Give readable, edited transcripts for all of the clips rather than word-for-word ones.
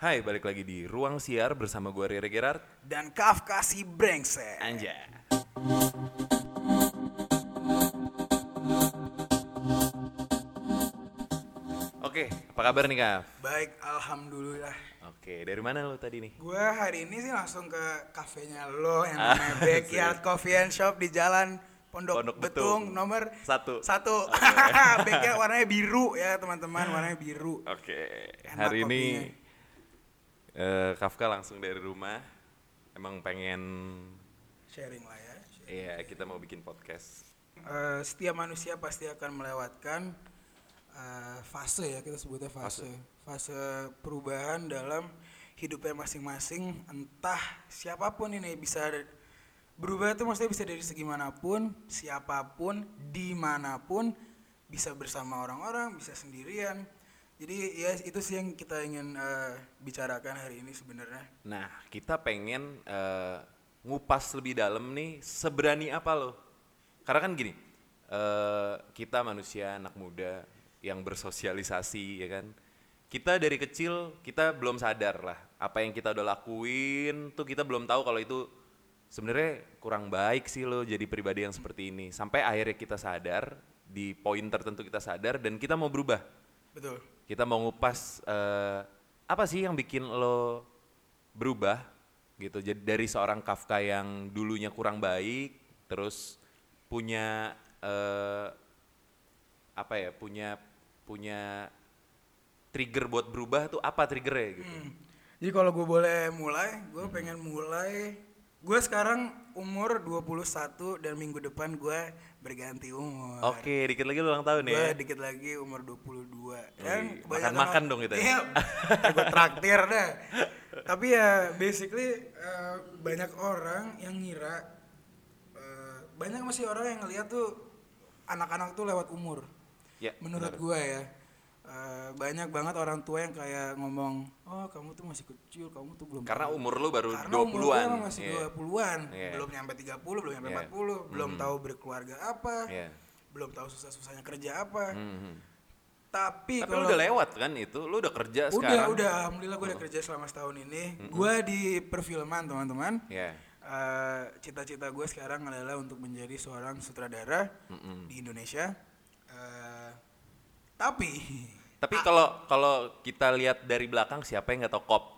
Hai, balik lagi di Ruang Siar bersama gue Rere Gerard dan Kafka si brengsek. Anja. Oke, apa kabar nih Kaf? Baik, alhamdulillah. Oke, dari mana lo tadi nih? Gue hari ini sih langsung ke kafenya lo yang namanya Backyard Coffee and Shop di Jalan Pondok Betung nomor 1. Backyard warnanya biru ya teman-teman, warnanya biru. Oke, Enak hari ini kopinya. Kafka langsung dari rumah. Emang pengen, Sharing lah ya. iya kita mau bikin podcast. Setiap manusia pasti akan melewatkan fase ya, kita sebutnya fase perubahan dalam hidupnya masing-masing. Entah siapapun ini bisa berubah, itu maksudnya bisa dari segi manapun, siapapun, dimanapun, bisa bersama orang-orang, bisa sendirian. Jadi ya itu sih yang kita ingin bicarakan hari ini sebenarnya. Nah, kita pengen ngupas lebih dalam nih, seberani apa lo? Karena kan gini, kita manusia anak muda yang bersosialisasi ya kan. Kita dari kecil kita belum sadar lah apa yang kita udah lakuin tuh, kita belum tahu kalau itu sebenarnya kurang baik sih lo jadi pribadi yang seperti ini. Sampai akhirnya kita sadar, di poin tertentu kita sadar dan kita mau berubah. Betul. Kita mau ngupas apa sih yang bikin lo berubah gitu. Jadi dari seorang Kafka yang dulunya kurang baik, terus punya punya trigger buat berubah tuh apa triggernya gitu. Jadi kalau gue boleh mulai, gue pengen mulai. Gue sekarang umur 21 dan minggu depan gue berganti umur. Oke, dikit lagi lo ulang tahun ya. Gue dikit lagi umur 22. Dan makan dong kita. Iya, gue traktir deh. Tapi ya basically banyak orang yang ngira, banyak masih orang yang ngeliat tuh anak-anak tuh lewat umur. Ya, menurut gue ya. Banyak banget orang tua yang kayak ngomong, oh kamu tuh masih kecil, kamu tuh belum karena tahu. umur lu baru Karena 20-an. umur gue masih 20-an, Yeah. belum nyampe 30, belum nyampe Yeah. 40, belum tahu berkeluarga apa, Yeah. belum tahu susah-susahnya kerja apa. Mhm. Tapi Tapi kalau lu udah lewat kan itu, lu udah kerja sekarang. udah, alhamdulillah gue udah kerja selama setahun ini. Gue di perfilman teman-teman. Yeah. Cita-cita gue sekarang adalah untuk menjadi seorang sutradara di Indonesia. Tapi kalau kita lihat dari belakang, siapa yang nggak tahu Kop?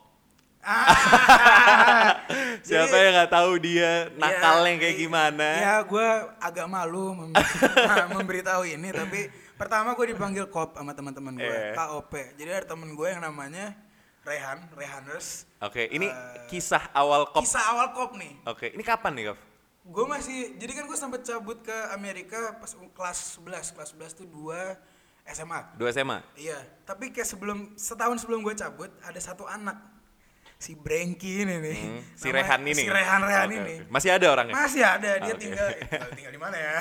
Siapa yang nggak tahu dia nakalnya kayak gimana? Ya gue agak malu memberitahu ini, tapi pertama gue dipanggil Kop sama teman-teman gue, KOP. Jadi ada temen gue yang namanya Rehaners. Oke, ini kisah awal Kop. Kisah awal Kop nih. Oke, ini kapan nih Kop? Gue masih, jadi kan gue sempet cabut ke Amerika pas kelas 11 tuh 2 SMA. 2 SMA? Iya, tapi kayak setahun sebelum gue cabut, ada satu anak, si Brengki ini nih. Si Rehan ini? Si Rehan Okay. ini. Masih ada orangnya? Masih ada, dia tinggal di mana ya?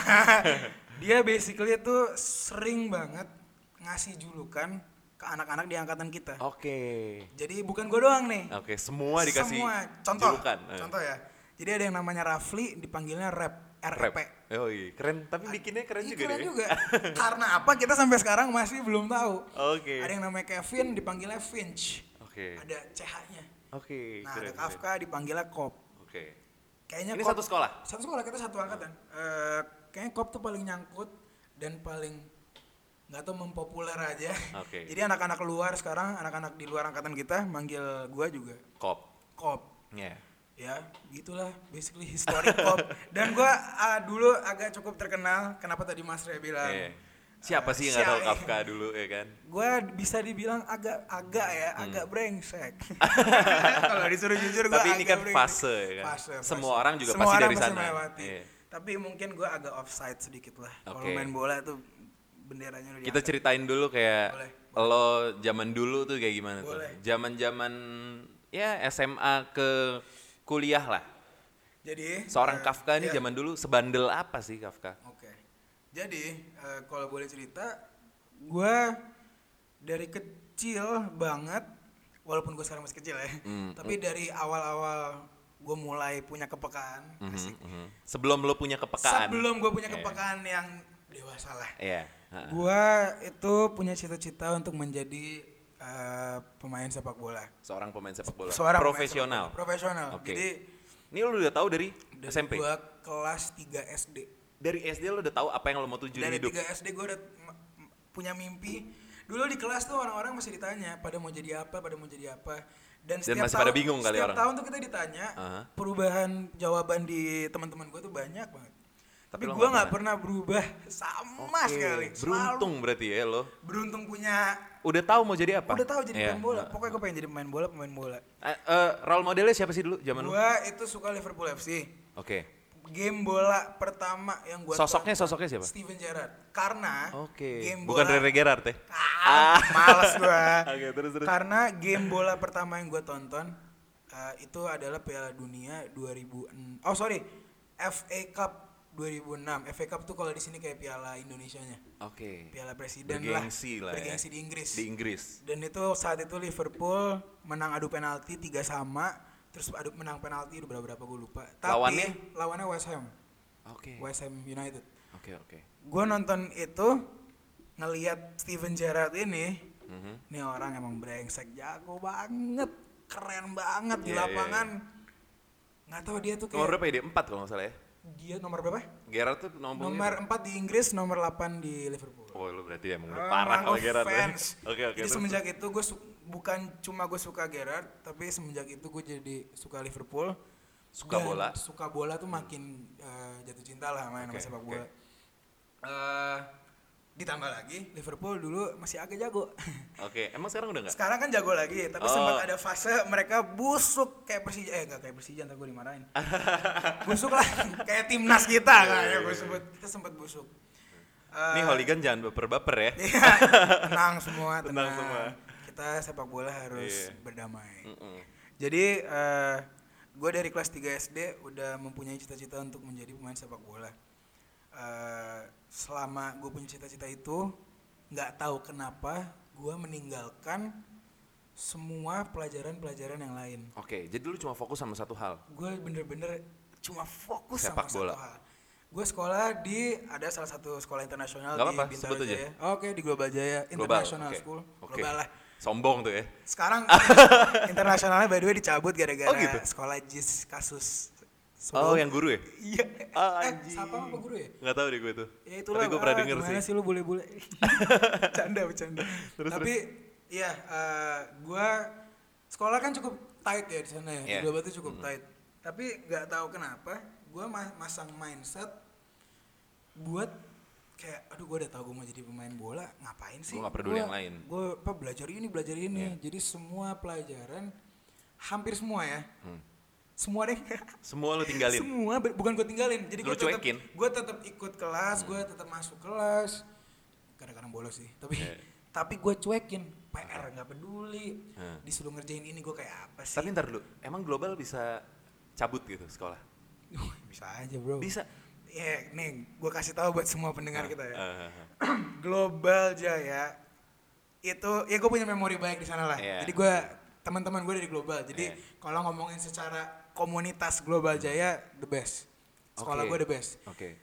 Dia basically tuh sering banget ngasih julukan ke anak-anak di angkatan kita. Oke. Jadi bukan gue doang nih. Oke, semua dikasih Contoh, julukan. Contoh ya. Jadi ada yang namanya Rafli, dipanggilnya REP. Oh iya, keren. Tapi bikinnya keren juga keren deh. juga. Karena apa? Kita sampai sekarang masih belum tahu. Oke. Ada yang namanya Kevin, dipanggilnya Finch. Oke. Ada CH-nya. Oke. Nah, keren, ada Kafka, dipanggilnya Kop. Oke. Kayaknya Ini Kop, satu sekolah? Satu sekolah, kita satu angkatan. Kayaknya Kop tuh paling nyangkut dan paling nggak tahu mempopuler aja. Oke. Jadi anak-anak luar sekarang, anak-anak di luar angkatan kita manggil gua juga Kop. Yeah. Ya, gitulah basically history Kop. Dan gua dulu agak cukup terkenal. Kenapa tadi Mas Rea bilang? Siapa sih yang nggak tahu Kafka dulu ya kan? Gua bisa dibilang agak brengsek. Kalau disuruh jujur gua. Tapi ini kan brengsek. fase ya kan. Fase. Semua orang juga Semua pasti orang dari sana. melewati. Iya. Tapi mungkin gua agak offside sedikit lah. Kalau Oke. main bola tuh benderanya udah Kita diangkat. ceritain dulu kayak Boleh. lo zaman dulu tuh kayak gimana Boleh. tuh? Zaman ya SMA ke kuliah lah. Jadi Seorang Kafka ini iya. zaman dulu sebandel apa sih Kafka? Oke. Jadi kalau boleh cerita, gue dari kecil banget, walaupun gue sekarang masih kecil ya, tapi dari awal-awal gue mulai punya kepekaan. Asik. Sebelum lo punya kepekaan. Sebelum gue punya kepekaan yang dewasa lah. Iya. Gue itu punya cita-cita untuk menjadi pemain sepak bola. Seorang pemain sepak bola. Seorang pemain Profesional. sepak bola. Profesional. Oke. Jadi Ini lu udah tahu dari dari SMP? gua kelas 3 SD. Dari SD lu udah tahu apa yang lu mau tuju di Dari hidup? 3 SD gua udah punya mimpi. Dulu di kelas tuh orang-orang masih ditanya pada mau jadi apa, pada mau jadi apa. Dan setiap masih pada bingung kali setiap orang. tahun tuh kita ditanya, perubahan jawaban di teman-teman gua tuh banyak banget. Tapi lo gua nggak pernah berubah sama sekali. Beruntung berarti ya lo. Beruntung punya. Udah tahu mau jadi apa? Udah tahu jadi Iya. pemain bola. Pokoknya gue pengen jadi pemain bola. Role modelnya siapa sih dulu zaman lu? Gua itu suka Liverpool FC. Oke. Game bola pertama yang gua Sosoknya siapa? Steven Gerrard. Karena game Bukan bola Rene Gerrard ya? males gua. Oke, terus. Karena game bola pertama yang gua tonton itu adalah Piala Dunia 2006. FA Cup 2006. FA Cup tuh kalau di sini kayak Piala Indonesianya. Oke. Piala Presiden Bergengsi lah. Bergengsi di Inggris. Di Inggris. Dan itu saat itu Liverpool menang adu penalti 3-3, terus menang penalti berapa gue lupa. Tapi lawannya West Ham. Oke. West Ham United. Oke. Gue nonton itu ngelihat Steven Gerrard ini, nih orang emang brengsek, jago banget, keren banget di lapangan. Nggak tahu dia tuh kayak. Nomor berapa ya? Dia 4 kalau nggak salah ya? Dia nomor berapa? Gerrard tuh Nomor 4 di Inggris, nomor 8 di Liverpool. Oh lu berarti emang udah parah kalau Gerrard ya? Oke. Jadi semenjak itu gue bukan cuma gue suka Gerrard, tapi semenjak itu gue jadi suka Liverpool. Suka bola tuh makin jatuh cinta lah sama sepak bola. Ditambah lagi Liverpool dulu masih agak jago. Oke, emang sekarang udah nggak? Sekarang kan jago lagi, tapi sempat ada fase mereka busuk kayak Persija, nggak kayak Persija, ntar gue dimarahin. Busuk lah, kayak timnas kita kayak gue sebut, kita sempat busuk. Nih hooligan jangan baper-baper ya. Iya, tenang semua. Kita sepak bola harus berdamai. Jadi gue dari kelas 3 SD udah mempunyai cita-cita untuk menjadi pemain sepak bola. Selama gue punya cita-cita itu, nggak tahu kenapa gue meninggalkan semua pelajaran-pelajaran yang lain. Oke, jadi lu cuma fokus sama satu hal. Gue bener-bener cuma fokus sepak sama bola. satu hal. Gue sekolah ada salah satu sekolah internasional di Bintaro Jaya. Oke, di Global Jaya International School. Global lah. Sombong tuh ya. Sekarang internasionalnya by the way dicabut gara-gara sekolah JIS kasus. Yang guru ya? Iya. Siapa apa guru ya? Nggak tahu deh gue tuh. Ya itulah. Tapi gue pernah denger sih. Gimana sih lu boleh-boleh. Bercanda. Tapi iya, gue sekolah kan cukup tight ya di sana ya. Di Global tuh cukup tight. Tapi nggak tahu kenapa gue masang mindset buat kayak aduh gue udah tahu gue mau jadi pemain bola, ngapain sih? Gue nggak peduli yang lain. Gue belajar ini. Jadi semua pelajaran hampir semua ya. Semua deh. Semua lu tinggalin. Semua bukan gue tinggalin. Jadi gue tetap ikut kelas, gue tetap masuk kelas. Kadang-kadang bolos sih, tapi gue cuekin. PR nggak peduli. Disuruh ngerjain ini gue kayak apa sih? Tapi ntar dulu, emang Global bisa cabut gitu sekolah? Bisa aja bro. Bisa. Ya nih gue kasih tahu buat semua pendengar kita ya. Global Jaya itu ya gue punya memori baik di sana lah. Jadi gue teman-teman gue dari Global. Jadi kalau ngomongin secara komunitas Global Jaya the best. Sekolah gue the best. Oke.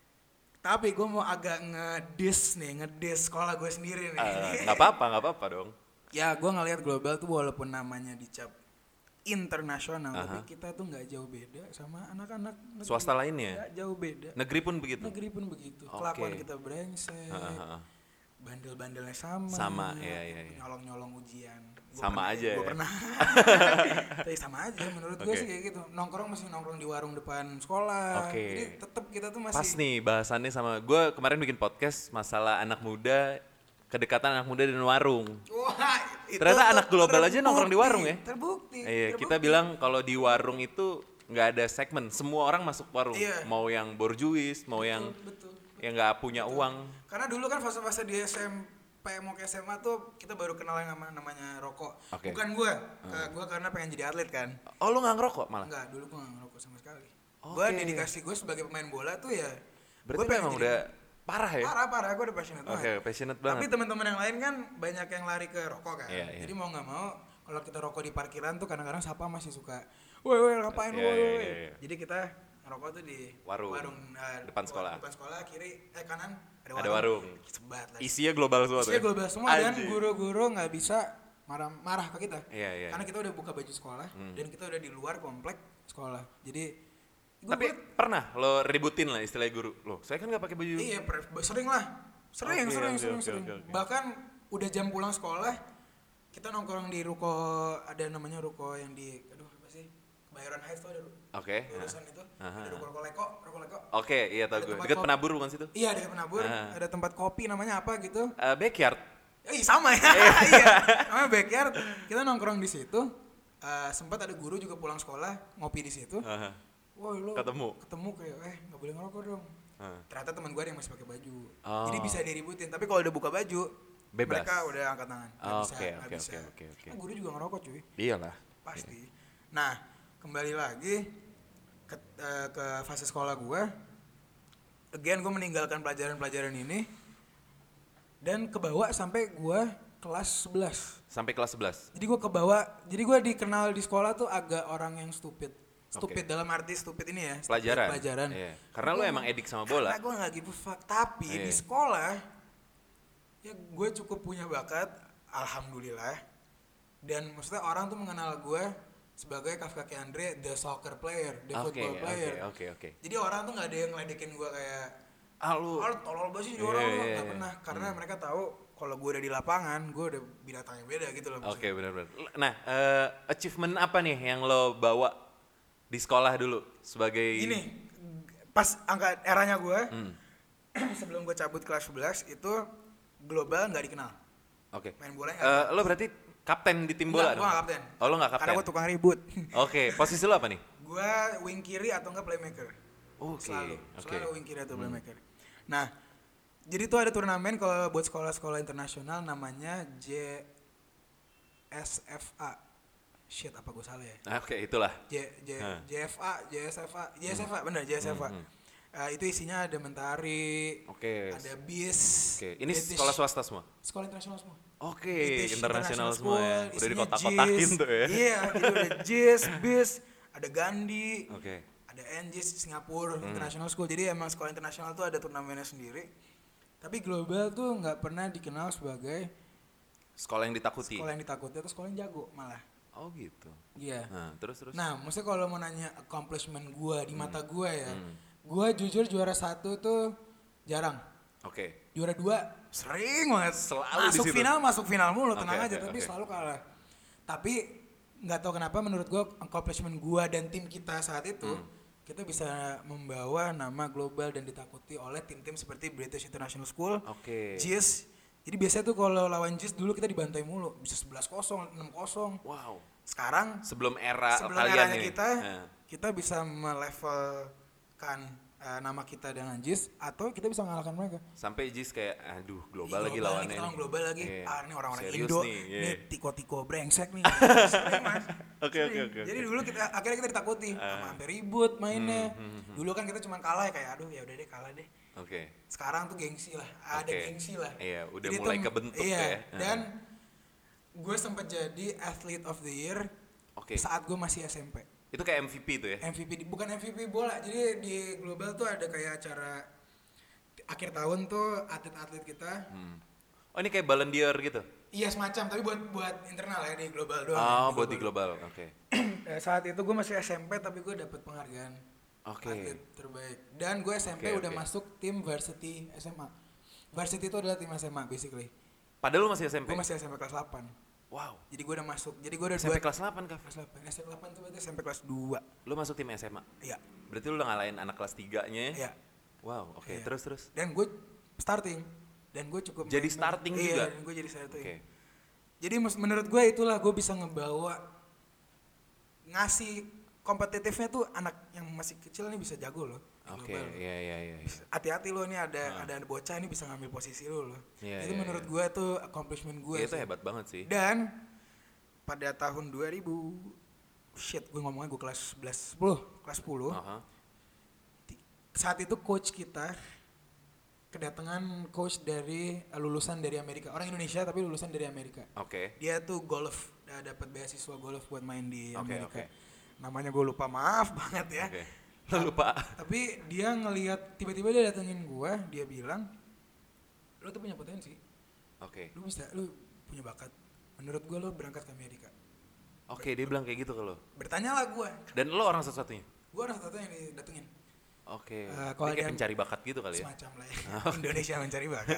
Tapi gue mau agak ngedis sekolah gue sendiri nih. Nggak apa-apa dong. Ya gue ngelihat Global tuh walaupun namanya dicap internasional, tapi kita tuh nggak jauh beda sama anak-anak swasta lainnya. Nggak jauh beda. Negeri pun begitu. Kelakuan kita brengsek. Bandel-bandelnya sama. Iya. Nyolong-nyolong ujian. Gue pernah. Tapi sama aja menurut gue sih kayak gitu. Masih nongkrong di warung depan sekolah. Jadi tetap kita tuh masih. Pas nih bahasannya sama gue kemarin bikin podcast masalah anak muda, kedekatan anak muda dan warung. Wah, ternyata anak Global aja nongkrong di warung ya. Terbukti. Kita bilang kalau di warung itu nggak ada segmen, semua orang masuk warung. Mau yang borjuis, mau yang yang nggak punya uang. Karena dulu kan fase-fase di SMP mau ke SMA tuh kita baru kenal yang namanya rokok. Bukan gue karena pengen jadi atlet kan. Oh lu nggak ngerokok malah? Enggak, dulu gue nggak ngerokok sama sekali. Gue dedikasi gue sebagai pemain bola tuh ya. Berarti emang udah parah ya? Parah, gue udah passionate banget. Passionate banget. Tapi teman-teman yang lain kan banyak yang lari ke rokok kan. Jadi mau nggak mau kalau kita rokok di parkiran tuh kadang-kadang Sapa masih suka, woi ngapain woi. Jadi kita ngerokok tuh di warung depan sekolah. Depan sekolah kiri kanan ada warung. Sebat lah. Isinya global semua. Dan guru-guru nggak bisa marah ke kita. Iya. Karena kita udah buka baju sekolah dan kita udah di luar komplek sekolah. Jadi Tapi pernah lo ributin lah istilah guru lo. Saya kan nggak pakai baju. iya, sering lah. Sering. Oke. Bahkan udah jam pulang sekolah, kita nongkrong di ruko, ada namanya ruko yang di apa sih? Kebayoran Heights tuh ada. Oke. Urusan itu. Ada ruko Leko. Oke, iya tahu gue. Dekat penabur bukan situ? Iya, dekat penabur. Ada tempat kopi namanya apa gitu. Backyard. Sama ya. Iya. Namanya backyard. Kita nongkrong di situ. Sempat ada guru juga pulang sekolah ngopi di situ. Woi lo ketemu kayak nggak boleh ngerokok dong. Ternyata teman gue ada yang masih pakai baju. Jadi bisa diributin. Tapi kalau udah buka baju, bebas. Mereka udah angkat tangan. Oke. Nah, guru juga ngerokok cuy. Iyalah. Pasti. Nah, kembali lagi ke fase sekolah gue. Again gue meninggalkan pelajaran-pelajaran ini dan kebawa sampai gue kelas 11. Sampai kelas 11. Jadi gue dikenal di sekolah tuh agak orang yang stupid. Stupid dalam arti stupid ini ya. Pelajaran. Iya. Karena lu emang edik sama bola. Karena gue nggak give a fuck. Tapi di sekolah ya gue cukup punya bakat, alhamdulillah. Dan maksudnya orang tuh mengenal gue sebagai Kafka Andre, the soccer player, the football player. Oke. Jadi orang tuh nggak ada yang ngeledekin gue kayak lu tolol banget sih orang nggak pernah. Karena mereka tahu kalau gue udah di lapangan, gue udah binatang yang beda gitu loh. Oke, benar. Nah, achievement apa nih yang lo bawa di sekolah dulu sebagai ini pas eranya gue sebelum gue cabut kelas 11 itu global nggak dikenal. Oke. Main bola lo berarti kapten di tim bola dong? Gue nggak kapten. Oh, lo nggak kapten? Karena gue tukang ribut. Oke, posisi lo apa nih? Gue wing kiri atau enggak playmaker. Selalu wing kiri atau playmaker. Nah, jadi tuh ada turnamen kalau buat sekolah-sekolah internasional namanya JSFA. Shit, apa gue salah ya? Oke, itulah. JSFA, benar JSFA. Itu isinya ada Mentari, ada BIS. Oke, ini sekolah swasta semua? Sekolah internasional semua. Oke, internasional semua ya. Udah dikotak-kotakin tuh ya. Iya, gitu ada JIS, BIS, ada Gandhi, ada NGIS Singapura International School. Jadi emang sekolah internasional tuh ada turnamennya sendiri. Tapi global tuh nggak pernah dikenal sebagai sekolah yang ditakuti. Atau sekolah yang jago malah. Oh gitu. Iya. Nah, terus. Nah, maksudnya kalau mau nanya accomplishment gue di mata gue ya, gue jujur juara 1 tuh jarang. Oke. Juara 2 sering banget. Selalu masuk final mulu, tenang aja. Tapi selalu kalah. Tapi nggak tahu kenapa menurut gue accomplishment gue dan tim kita saat itu, kita bisa membawa nama global dan ditakuti oleh tim-tim seperti British International School, JIS. Jadi biasanya tuh kalau lawan JIS dulu kita dibantai mulu, bisa 11-0, 6-0. Wow. Sekarang sebelum eranya ini, kita bisa melevelkan nama kita dengan JIS atau kita bisa mengalahkan mereka. Sampai JIS kayak global lagi lawannya. Kita global lagi. Ini orang-orang serius Indo, nih tiko-tiko brengsek nih. Oke. Jadi dulu akhirnya kita ditakuti, sampai ribut mainnya. Dulu kan kita cuma kalah kayak ya udah deh kalah deh. Oke. Sekarang tuh gengsi lah, gengsi lah. Iya, udah jadi mulai kebentuk ya. Dan gue sempat jadi athlete of the year saat gue masih SMP. Itu kayak MVP tuh ya? MVP, bukan MVP bola. Jadi di global tuh ada kayak acara akhir tahun tuh atlet-atlet kita. Oh, ini kayak Ballon d'Or gitu? Iya, semacam, tapi buat internal ya, di global doang. Buat di global, oke. Saat itu gue masih SMP tapi gue dapet penghargaan. Atlet terbaik. Dan gue SMP udah masuk tim varsity SMA. Varsity itu adalah tim SMA basically. Padahal lu masih SMP? Gue masih SMP kelas 8. Wow. Jadi gue udah masuk. Jadi gue udah SMP kelas 8 kah? Kelas 8. SMP 8 itu berarti SMP kelas 2. Lu masuk tim SMA? Iya. Berarti lu udah ngalahin anak kelas 3-nya ya? Iya. Wow, oke. Terus. Dan gue starting. Dan gue cukup jadi starting juga? Iya, gue jadi starting. Jadi menurut gue itulah gue bisa ngebawa, ngasih kompetitifnya tuh anak yang masih kecil nih bisa jago loh. Oke, iya. Hati-hati lo nih ada bocah nih bisa ngambil posisi lo. Itu menurut gue tuh accomplishment gue. Itu hebat banget sih. Dan pada tahun 2000, gue ngomongnya gue kelas 10. Saat itu coach kita kedatangan coach dari lulusan dari Amerika, orang Indonesia tapi lulusan dari Amerika. Dia tuh golf, dapat beasiswa golf buat main di Amerika. Namanya gue lupa, maaf banget ya. Lo lupa. Tapi dia ngelihat, tiba-tiba dia datengin gue, dia bilang, lo tuh punya potensi. Lu punya bakat. menurut gue lo berangkat ke Amerika. Oke, dia bilang kayak gitu ke lo. Bertanyalah gue. Dan lo orang satu-satunya? Gue orang satu yang didatengin. Oke, Kalau dia kayak dia- pencari bakat gitu kali ya? Semacam lah ya. Indonesia mencari bakat.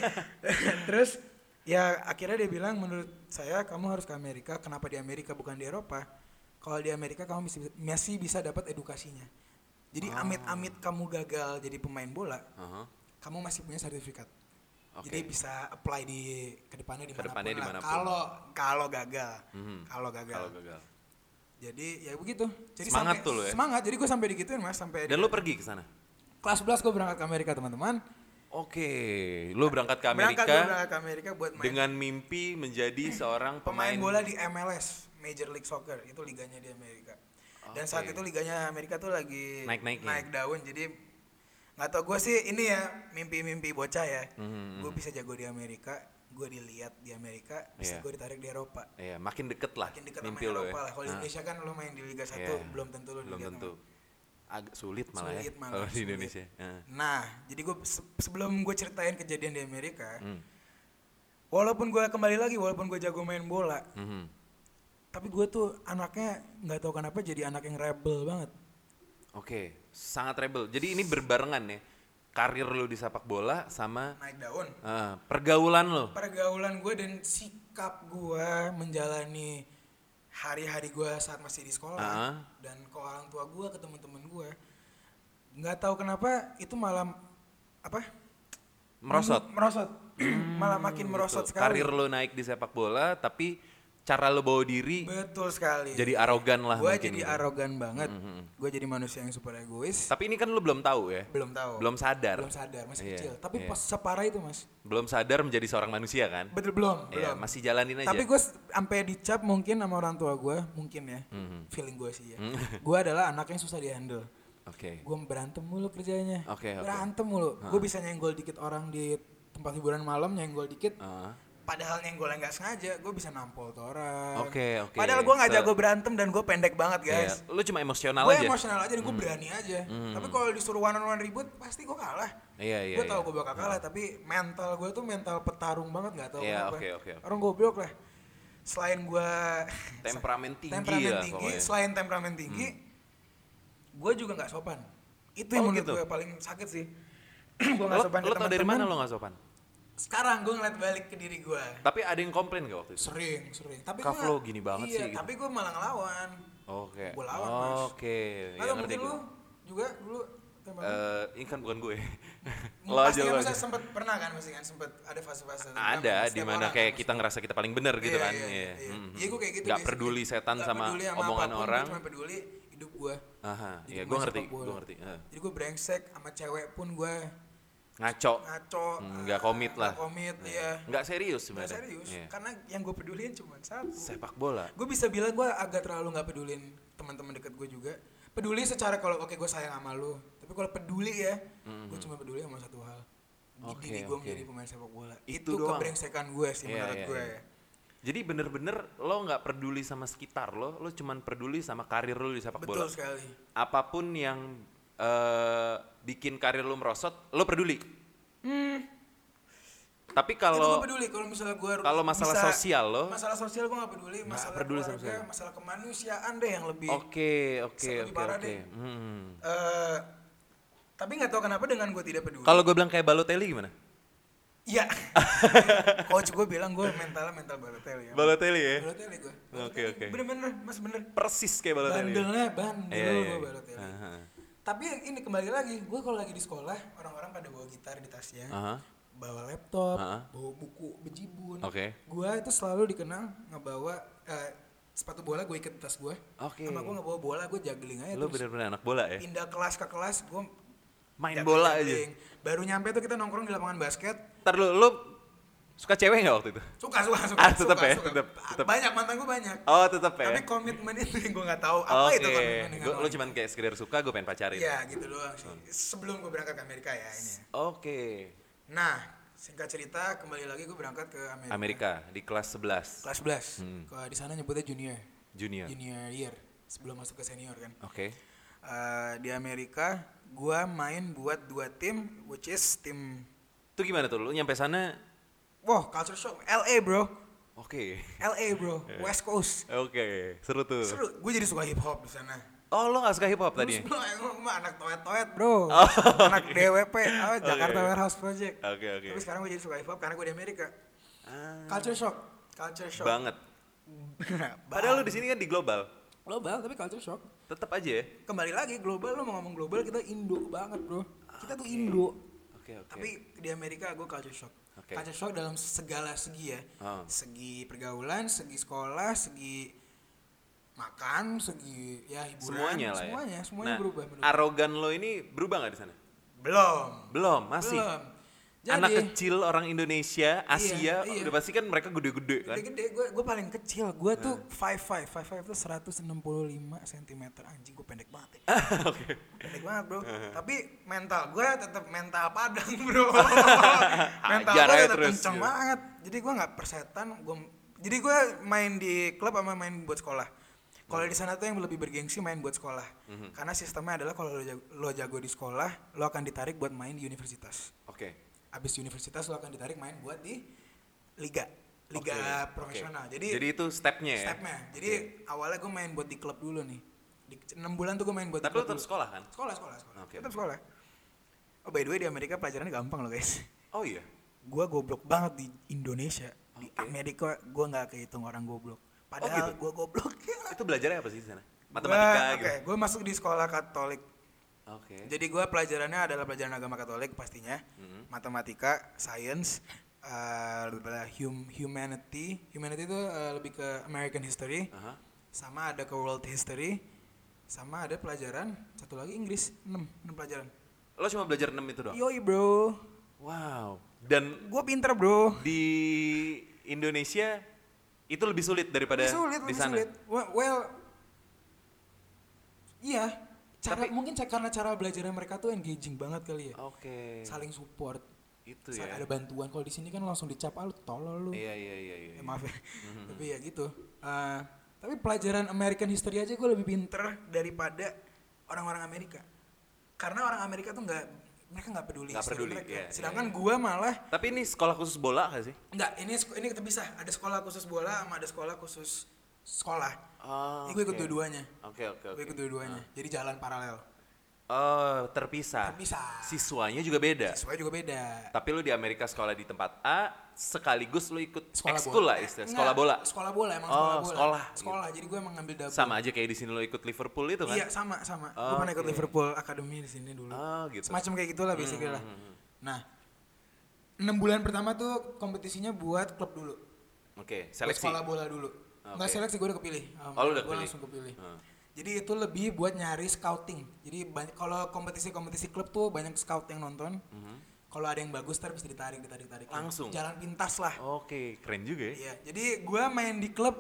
Terus ya akhirnya dia bilang menurut saya kamu harus ke Amerika. Kenapa di Amerika bukan di Eropa? Kalau di Amerika kamu masih bisa dapat edukasinya. Jadi amit-amit kamu gagal jadi pemain bola, kamu masih punya sertifikat. Oke. Jadi bisa apply di kedepannya Kedepannya dimanapun lah. dimanapun. Kalau gagal, kalau Kalau gagal. gagal. Jadi ya begitu. Jadi Semangat sampai, tuh lo ya? Semangat. Jadi gue sampai digituin mas sampai. Dan lo pergi ke sana? Kelas 11 gue berangkat ke Amerika teman-teman. Oke, lo berangkat ke Amerika, Berangkat ke Amerika buat main dengan mimpi menjadi seorang pemain bola di MLS, Major League Soccer, itu liganya di Amerika. Dan saat itu liganya Amerika tuh lagi Naik-naiknya. naik daun, jadi nggak tau gue sih ini ya mimpi-mimpi bocah ya. Gue bisa jago di Amerika, gue dilihat di Amerika, bisa Iya. gue ditarik di Eropa. Iya, makin deket lah Makin dekat sama mimpi lo Eropa ya. lah. Kalau di Indonesia kan lo main di Liga 1 Iya. belum tentu lo Belum dilihat tentu. sama- Agak sulit malah Sulit ya malah, kalau di sulit. Indonesia. Nah, jadi gue sebelum gue ceritain kejadian di Amerika, walaupun gue kembali lagi, walaupun gue jago main bola, tapi gue tuh anaknya nggak tahu kenapa jadi anak yang rebel banget. Oke, sangat rebel. Jadi ini berbarengan ya, karir lo di sepak bola sama Naik daun. pergaulan lo. Pergaulan gue dan sikap gue menjalani hari-hari gue saat masih di sekolah dan ke orang tua gue, ke teman-teman gue, nggak tahu kenapa itu malah apa? Merosot. Merosot. Malah makin merosot Gitu. sekali. Karir lo naik di sepak bola, tapi cara lo bawa diri Betul sekali. jadi arogan lah Gue mungkin. jadi gitu. arogan banget. Gue jadi manusia yang super egois. Tapi ini kan lo belum tahu ya, Belum tahu. belum sadar. Belum sadar, masih Iya, kecil. Tapi iya. pas separah itu mas. Belum sadar menjadi seorang manusia kan? Betul belum. Iya, masih jalanin aja. Tapi gue sampai dicap mungkin sama orang tua gue, mungkin ya. Feeling gue sih ya. Gue adalah anak yang susah dihandle. Oke. Gue berantem mulu kerjanya. Oke. Berantem mulu. Gue bisa nyenggol dikit orang di tempat hiburan malam, nyenggol dikit. Padahal nyenggolnya nggak sengaja, gue bisa nampol tuh orang. Oke. Padahal gue nggak jago berantem dan gue pendek banget guys. Iya, lu cuma emosional Gue aja. emosional aja dan gue berani aja. Tapi kalau disuruh one on one ribut, pasti gue kalah. Iya. Gue tahu gue bakal kalah, tapi mental gue tuh mental petarung banget, nggak tahu Iya, kenapa. oke. Orang goblok lah. Selain gue Temperamen tinggi temperamen lah tinggi, pokoknya. selain temperamen tinggi, gue juga nggak sopan. Itu yang Oh, menurut gitu? gue paling sakit sih. Gue nggak sopan ke Lo tau dari teman-teman. mana lo gak sopan? Sekarang gue ngeliat balik ke diri gue. Tapi ada yang komplain gak waktu itu? Sering. Tapi Kaf gua- lo gini banget iya, sih, gitu. tapi gue malah ngelawan. Oke. Gua lawan, Mas. Oke. Atau Ya, mungkin ngerti lu gue. juga dulu tembakan. Ini kan bukan gue. lo Pasti aja kan lo masa aja. sempet pernah kan masih kan sempet ada fase-fase Ada di setiap mana orang kayak kan kita ngerasa kita paling bener gitu kan. Iya. Iya gue kayak gitu. Gak basically. peduli setan Nggak sama peduli omongan apapun, orang. Gue cuma peduli hidup gue. Aha, Jadi iya gue main ngerti, sepak bola. gue ngerti. Jadi gue brengsek sama cewek pun gue Ngaco. ngaco. Nggak komit lah. Nggak komit, iya. Nggak serius Nggak sebenarnya. serius. Iya. Karena yang gue pedulin cuma satu. Sepak bola. Gue bisa bilang gue agak terlalu nggak pedulin teman-teman dekat gue juga. Peduli secara kalau oke gue sayang sama lu, tapi kalau peduli ya, gue cuma peduli sama satu hal. Oke, Diri gue oke. menjadi pemain sepak bola. Itu Itu doang. kebrengsekan gue sih Iya, menurut iya, gue. iya. Jadi bener-bener lo nggak peduli sama sekitar lo cuman peduli sama karir lo di sepak bola. Betul sekali. Apapun yang bikin karir lo merosot, lo peduli. Tapi Itu kalau gue peduli kalau misalnya gue kalau masalah sosial lo, masalah sosial gue nggak peduli, masalah peduli sama keluarga, sekali. masalah kemanusiaan deh yang lebih. oke. lebih parah deh. Hmm. Tapi nggak tahu kenapa dengan gue tidak peduli. Kalau gue bilang kayak Balotelli gimana? Iya. Coach gue bilang gue mental Balotelli ya. Balotelli ya? Balotelli gue. Oke. Bener-bener mas bener. Persis kayak Balotelli. Bandel Iya. gue Balotelli. Aha. Tapi ini kembali lagi, gue kalau lagi di sekolah orang-orang pada bawa gitar di tasnya, Aha. bawa laptop, Aha. bawa buku bejibun. Oke. Gue itu selalu dikenal ngebawa sepatu bola gue ikat di tas gue. Oke. Sama gue ngebawa bola gue juggling aja Lo terus. bener-bener anak bola ya? Pindah kelas ke kelas gue Main bola aja. juggling. Baru nyampe tuh kita nongkrong di lapangan basket. Ntar lo suka cewek nggak waktu itu? Suka. Tetep ya? Tetep. Banyak mantan gue banyak. Oh tetep ya? Tapi komitmen itu yang gue nggak tahu apa itu komitmen dengan Lo orang. cuman kayak sekedar suka, gue pengen pacarin. Iya gitu doang sih. Sebelum gue berangkat ke Amerika ya ini. Oke. Nah, singkat cerita kembali lagi gue berangkat ke Amerika. Amerika di kelas 11. Kelas 11. Kalau di sana nyebutnya junior. Junior. Junior year sebelum masuk ke senior kan. Oke. Di Amerika gue main buat 2 tim, which is tim Itu gimana tuh? Lu nyampe sana wow culture shock LA bro. Oke. LA bro, West Coast. Oke, seru tuh. Seru, gue jadi suka hip hop di sana. Oh, lo gak suka hip hop tadi? Gue anak toet bro, anak DWP, Jakarta Warehouse Project. Oke. Tapi sekarang gue jadi suka hip hop karena gue di Amerika. Ah, Culture shock. banget. Padahal lu di sini kan di global. Global tapi culture shock. Tetap aja ya. Kembali lagi global, lo mau ngomong global, kita Indo banget bro. Kita tuh Indo. Oke. Tapi di Amerika gue culture shock. Oke. Culture shock dalam segala segi ya. Segi pergaulan, segi sekolah, segi makan, segi ya hiburan, Semuanya lah ya. Semuanya Nah, berubah. arogan lo ini berubah nggak di sana? Belum. Masih. Jadi, anak kecil orang Indonesia, Asia, iya. udah pasti kan mereka gede-gede kan? Gede, gue paling kecil, gue tuh 5'5", 5'5" tuh 165 cm, anjing gue pendek banget ya. Oke. Pendek banget bro, tapi mental gue tetap mental Padang bro. Mental Hajar gue aja tetap terus, kenceng gitu. banget, jadi gue nggak persetan, jadi gue main di klub sama main buat sekolah. Kalau di sana tuh yang lebih bergengsi main buat sekolah, karena sistemnya adalah kalau lo jago di sekolah, lo akan ditarik buat main di universitas. Oke. Abis universitas lo akan ditarik main buat di liga Oke. profesional. Jadi itu stepnya ya? Jadi awalnya gue main buat di klub dulu nih. Di 6 bulan tuh gue main buat Tapi di lo klub tetap dulu. sekolah kan? Sekolah. Oke. Tetap sekolah. Oh by the way di Amerika pelajarannya gampang loh guys. Oh iya? Gue goblok banget di Indonesia. Di Oke. Amerika gue gak kehitung orang goblok. Padahal gitu? gue goblok. Itu belajarnya apa sih di sana? Matematika gitu? Gue masuk di sekolah Katolik. Oke. Jadi gue pelajarannya adalah pelajaran agama Katolik pastinya, matematika, science, humanity itu lebih ke American history, Aha. sama ada ke world history, sama ada pelajaran satu lagi Inggris, 6 pelajaran. Lo cuma belajar 6 itu doang? Yoi bro, Wow. Dan gue pinter bro. di Indonesia itu lebih sulit daripada di sana? Sulit. Well, iya. Mungkin karena cara belajarnya mereka tuh engaging banget kali ya. Oke. Saling support. Itu ya. Ada bantuan. Kalau di sini kan langsung dicap, lu tolol lu. Iya. Ya, maaf ya. Tapi ya gitu. Tapi pelajaran American history aja gue lebih pinter daripada orang-orang Amerika. Karena orang Amerika tuh mereka nggak peduli. Mereka. Iya, Sedangkan iya. gue malah Tapi ini sekolah khusus bola gak sih? enggak. Ini kita bisa. Ada sekolah khusus bola sama ada sekolah khusus sekolah. Oh, Ini gue ikut dua-duanya. Oke. Gue ikut dua-duanya. Jadi jalan paralel. Oh, terpisah. Siswanya juga beda. Siswanya juga beda. Tapi lu di Amerika sekolah di tempat A, sekaligus lu ikut Sekolah ekskul bola. lah istilah. Sekolah bola. Sekolah bola emang Oh, sekolah bola. sekolah. Jadi gue emang ngambil double. Sama aja kayak di sini lu ikut Liverpool itu kan? Iya, sama. Oh, Gue pernah ikut oke. Liverpool Academy di sini dulu. Oh, gitu. Semacam kayak gitulah basically lah. Nah, 6 bulan pertama tuh kompetisinya buat klub dulu. Oke, Buat seleksi. sekolah bola dulu. Oke. Nggak seleksi, gue udah kepilih. Oh, lu udah Gue kepilih? langsung kepilih. Jadi itu lebih buat nyari scouting. Jadi kalau kompetisi klub tuh banyak scout yang nonton. Kalau ada yang bagus ntar bisa ditarik. Langsung? Jalan pintas lah. Oke, keren juga ya. Iya, jadi gue main di klub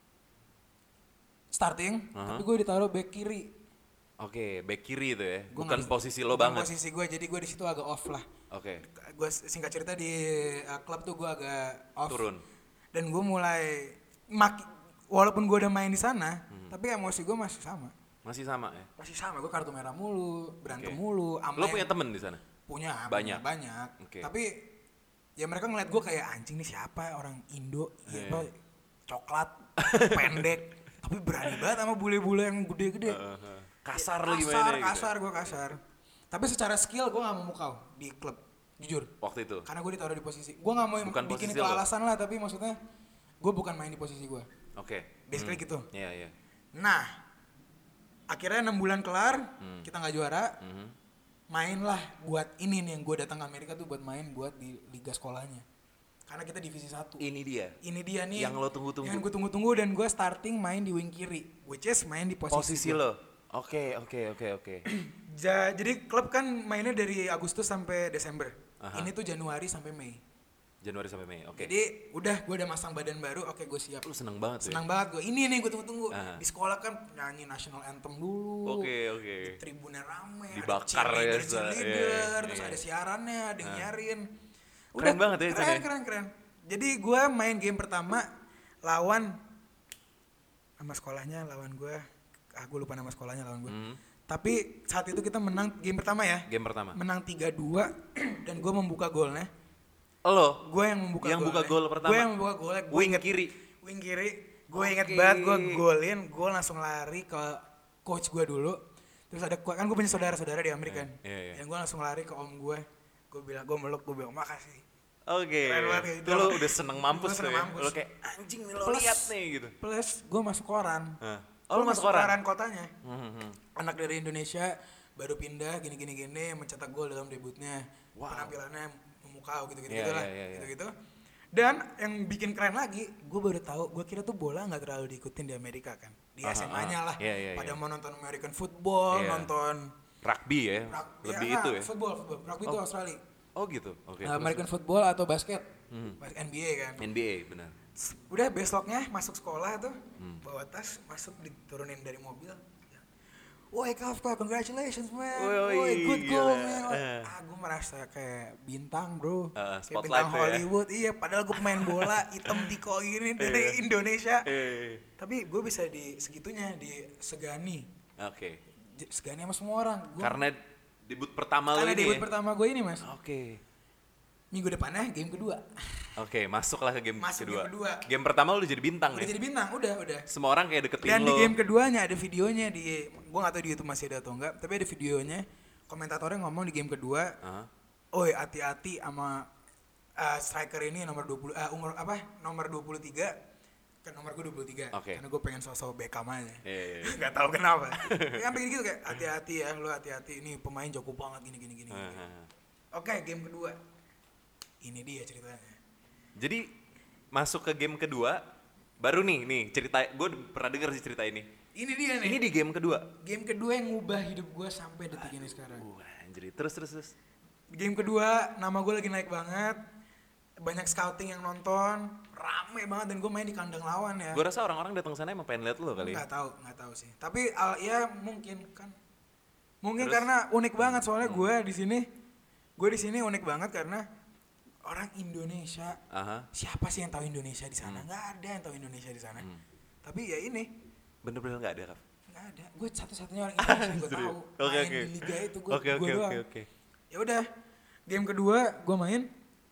starting, tapi gue ditaruh back kiri. Oke, back kiri itu ya. Gua Bukan nggak- posisi lo bukan banget. Posisi gue, jadi gue di situ agak off lah. Oke. Gue singkat cerita di klub tuh gue agak off. Turun. Dan gue mulai walaupun gue udah main di sana, tapi emosi gue masih sama. Masih sama ya. Masih sama, gue kartu merah mulu, berantem Oke. mulu. Lo punya temen di sana? Punya Banyak? banyak. Oke. Tapi ya mereka ngeliat gue kayak anjing nih siapa orang Indo, ya, apa, coklat, pendek, tapi berani banget sama bule-bule yang gede-gede. Kasar lo gimana gitu? Gue kasar. Tapi secara skill gue gak mau mukau di klub, jujur. Waktu itu? Karena gue ditaruh di posisi. Gue gak mau Bukan bikin posisi itu lo? alasan lah, tapi maksudnya gue bukan main di posisi gue. Oke. Basically gitu. Iya. Nah, akhirnya 6 bulan kelar, kita gak juara. Mainlah buat ini nih yang gue datang ke Amerika tuh buat main buat di liga sekolahnya. Karena kita divisi 1. Ini dia. Ini dia nih Yang lo tunggu-tunggu. Yang gue tunggu-tunggu, dan gue starting main di wing kiri, which is main di posisi gua. Lo. Oke. Jadi klub kan mainnya dari Agustus sampai Desember. Ini tuh Januari sampai Mei. Januari sampai Mei. Oke. Jadi udah gue udah masang badan baru, oke gue siap. Lu seneng banget Senang banget gue. Ini nih gue tunggu-tunggu. Ah. Di sekolah kan nyanyi national anthem dulu. Oke. Di tribunnya rame. Dibakar ada ya, cheerleader, iya. terus ada siarannya, ada yang nyarin. Keren banget ya, Chan, ya? Keren. Jadi gue main game pertama lawan nama sekolahnya lawan gue. Gue lupa nama sekolahnya lawan gue. Tapi saat itu kita menang game pertama ya. Game pertama. Menang 3-2 dan gue membuka golnya. Lo Gue yang membuka yang buka gol pertama. Gue yang membuka golnya. Wing kiri. Wing kiri. Gue inget banget gue golin. Gue langsung lari ke coach gue dulu. Terus ada kan gue punya saudara-saudara di Amerika kan. Iya. Yang gue langsung lari ke om gue. Gue bilang, gue meluk, gue bilang makasih. Oke. Keren banget Itu lo udah seneng mampus Gua tuh seneng ya. mampus. Lo kayak anjing nih lo Plus- lihat nih gitu. Plus gue masuk koran. Oh, lo Gua masuk koran? kotanya. Hmm. Anak dari Indonesia baru pindah gini mencetak gol dalam debutnya. Wow. Penampilannya memukau gitu-gitu Iya, lah. iya. Gitu-gitu. Dan yang bikin keren lagi, gue baru tahu, gue kira tuh bola nggak terlalu diikutin di Amerika kan. Di SMA-nya lah. Iya. Pada mau nonton American football, Iya. nonton Rugby ya. Lebih itu ya. Football. Rugby itu Australia. Oh gitu. Oke. American football atau basket. NBA kan. NBA benar. Udah besoknya masuk sekolah tuh, bawa tas, masuk diturunin dari mobil. Woi Kafka, congratulations man. Woi, good goal man. Gue merasa kayak bintang bro. Kayak spotlight bintang tuh ya. Hollywood. Iya, padahal gue pemain bola hitam tiko gini dari Indonesia. Tapi gue bisa di segitunya, disegani. Oke. Segani sama semua orang. Karena debut pertama lo Karena ini debut ya? pertama gue ini mas. Oke. Minggu depannya game kedua. Oke, masuklah ke game Masuk kedua. game kedua. Game pertama lo udah jadi bintang Udah ya? jadi bintang, udah. Semua orang kayak deketin Dan lo. di game keduanya ada videonya gua nggak tahu di YouTube masih ada atau enggak, tapi ada videonya komentatornya ngomong di game kedua, oi hati-hati sama striker ini nomor 20 nomor 23 kan nomor gue 23 karena gue pengen sosok Beckham aja. Nggak tahu kenapa. Kan pengen gitu kayak hati-hati ya, lu hati-hati ini pemain jago banget gini. Oke, game kedua. Ini dia ceritanya. Jadi masuk ke game kedua, baru nih cerita, gue pernah denger sih cerita ini. Ini dia nih. Ini di game kedua. Game kedua yang ngubah hidup gue sampai detik ini sekarang. Anjir, terus. Game kedua, nama gue lagi naik banget. Banyak scouting yang nonton, rame banget dan gue main di kandang lawan ya. Gue rasa orang-orang datang sana emang pengen lihat lo kali. Nggak tahu sih. Tapi ya mungkin kan. Mungkin terus, karena unik banget soalnya gue di sini unik banget karena orang Indonesia. Siapa sih yang tahu Indonesia di sana? Nggak ada yang tahu Indonesia di sana. Tapi ya ini bener-bener nggak ada, Kak? Nggak ada. Gue satu-satunya orang Indonesia yang gue tahu. Main di liga itu gue doang. Oke. Ya udah, game kedua gue main.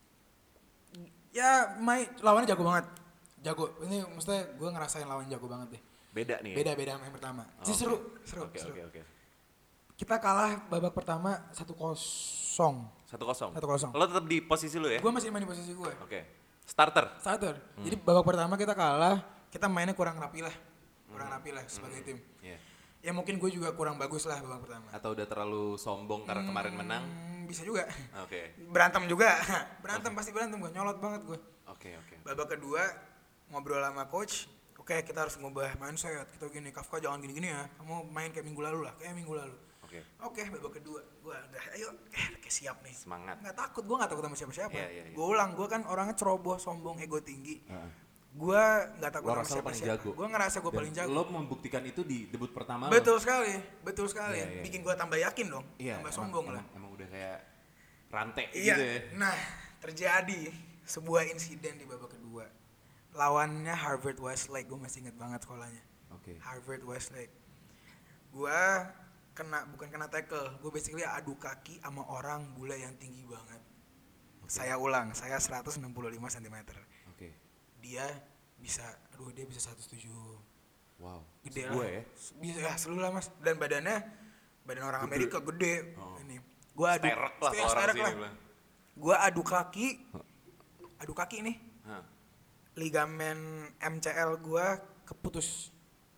Ya lawannya jago banget. Jago. Ini maksudnya gue ngerasain lawan jago banget deh. Beda nih. Beda sama yang pertama. Seru. Oke. Kita kalah babak pertama 1-0. 1-0. Lo tetap di posisi lu ya? Gue masih main di posisi gue. Oke. Starter. Jadi babak pertama kita kalah, kita mainnya kurang rapi lah sebagai tim. Ya mungkin gue juga kurang bagus lah babak pertama. Atau udah terlalu sombong karena kemarin menang? Bisa juga. Oke. Berantem juga. Pasti berantem gue, nyolot banget gue. Oke. Babak kedua ngobrol sama coach. Oke, kita harus ngubah mindset. Kita gini, Kafka jangan gini-gini ya. Kamu main kayak minggu lalu. Oke, babak kedua, gue udah ayo, kayak siap nih. Semangat. Nggak takut, gue nggak takut sama siapa-siapa. Iya. Gue ulang, gue kan orangnya ceroboh, sombong, ego tinggi. Gue nggak takut sama siapa-siapa. Gue ngerasa gue paling jago. Lo membuktikan itu di debut pertama. Betul sekali. Iya. Bikin gue tambah yakin dong, tambah sombong lah. Emang udah kayak rantai Iya. gitu ya. Nah, terjadi sebuah insiden di babak kedua. Lawannya Harvard Westlake, gue masih inget banget sekolahnya. Harvard Westlake. Gue bukan kena tackle, gue basically adu kaki sama orang bule yang tinggi banget. Saya ulang, saya 165 cm. Dia bisa 107. Wow. Gede Gue lah. ya. Bisa selu lah mas. Dan badan orang Amerika gede. Ini. Gue adu sterek lah. Gue adu kaki nih. Ligamen MCL gue keputus.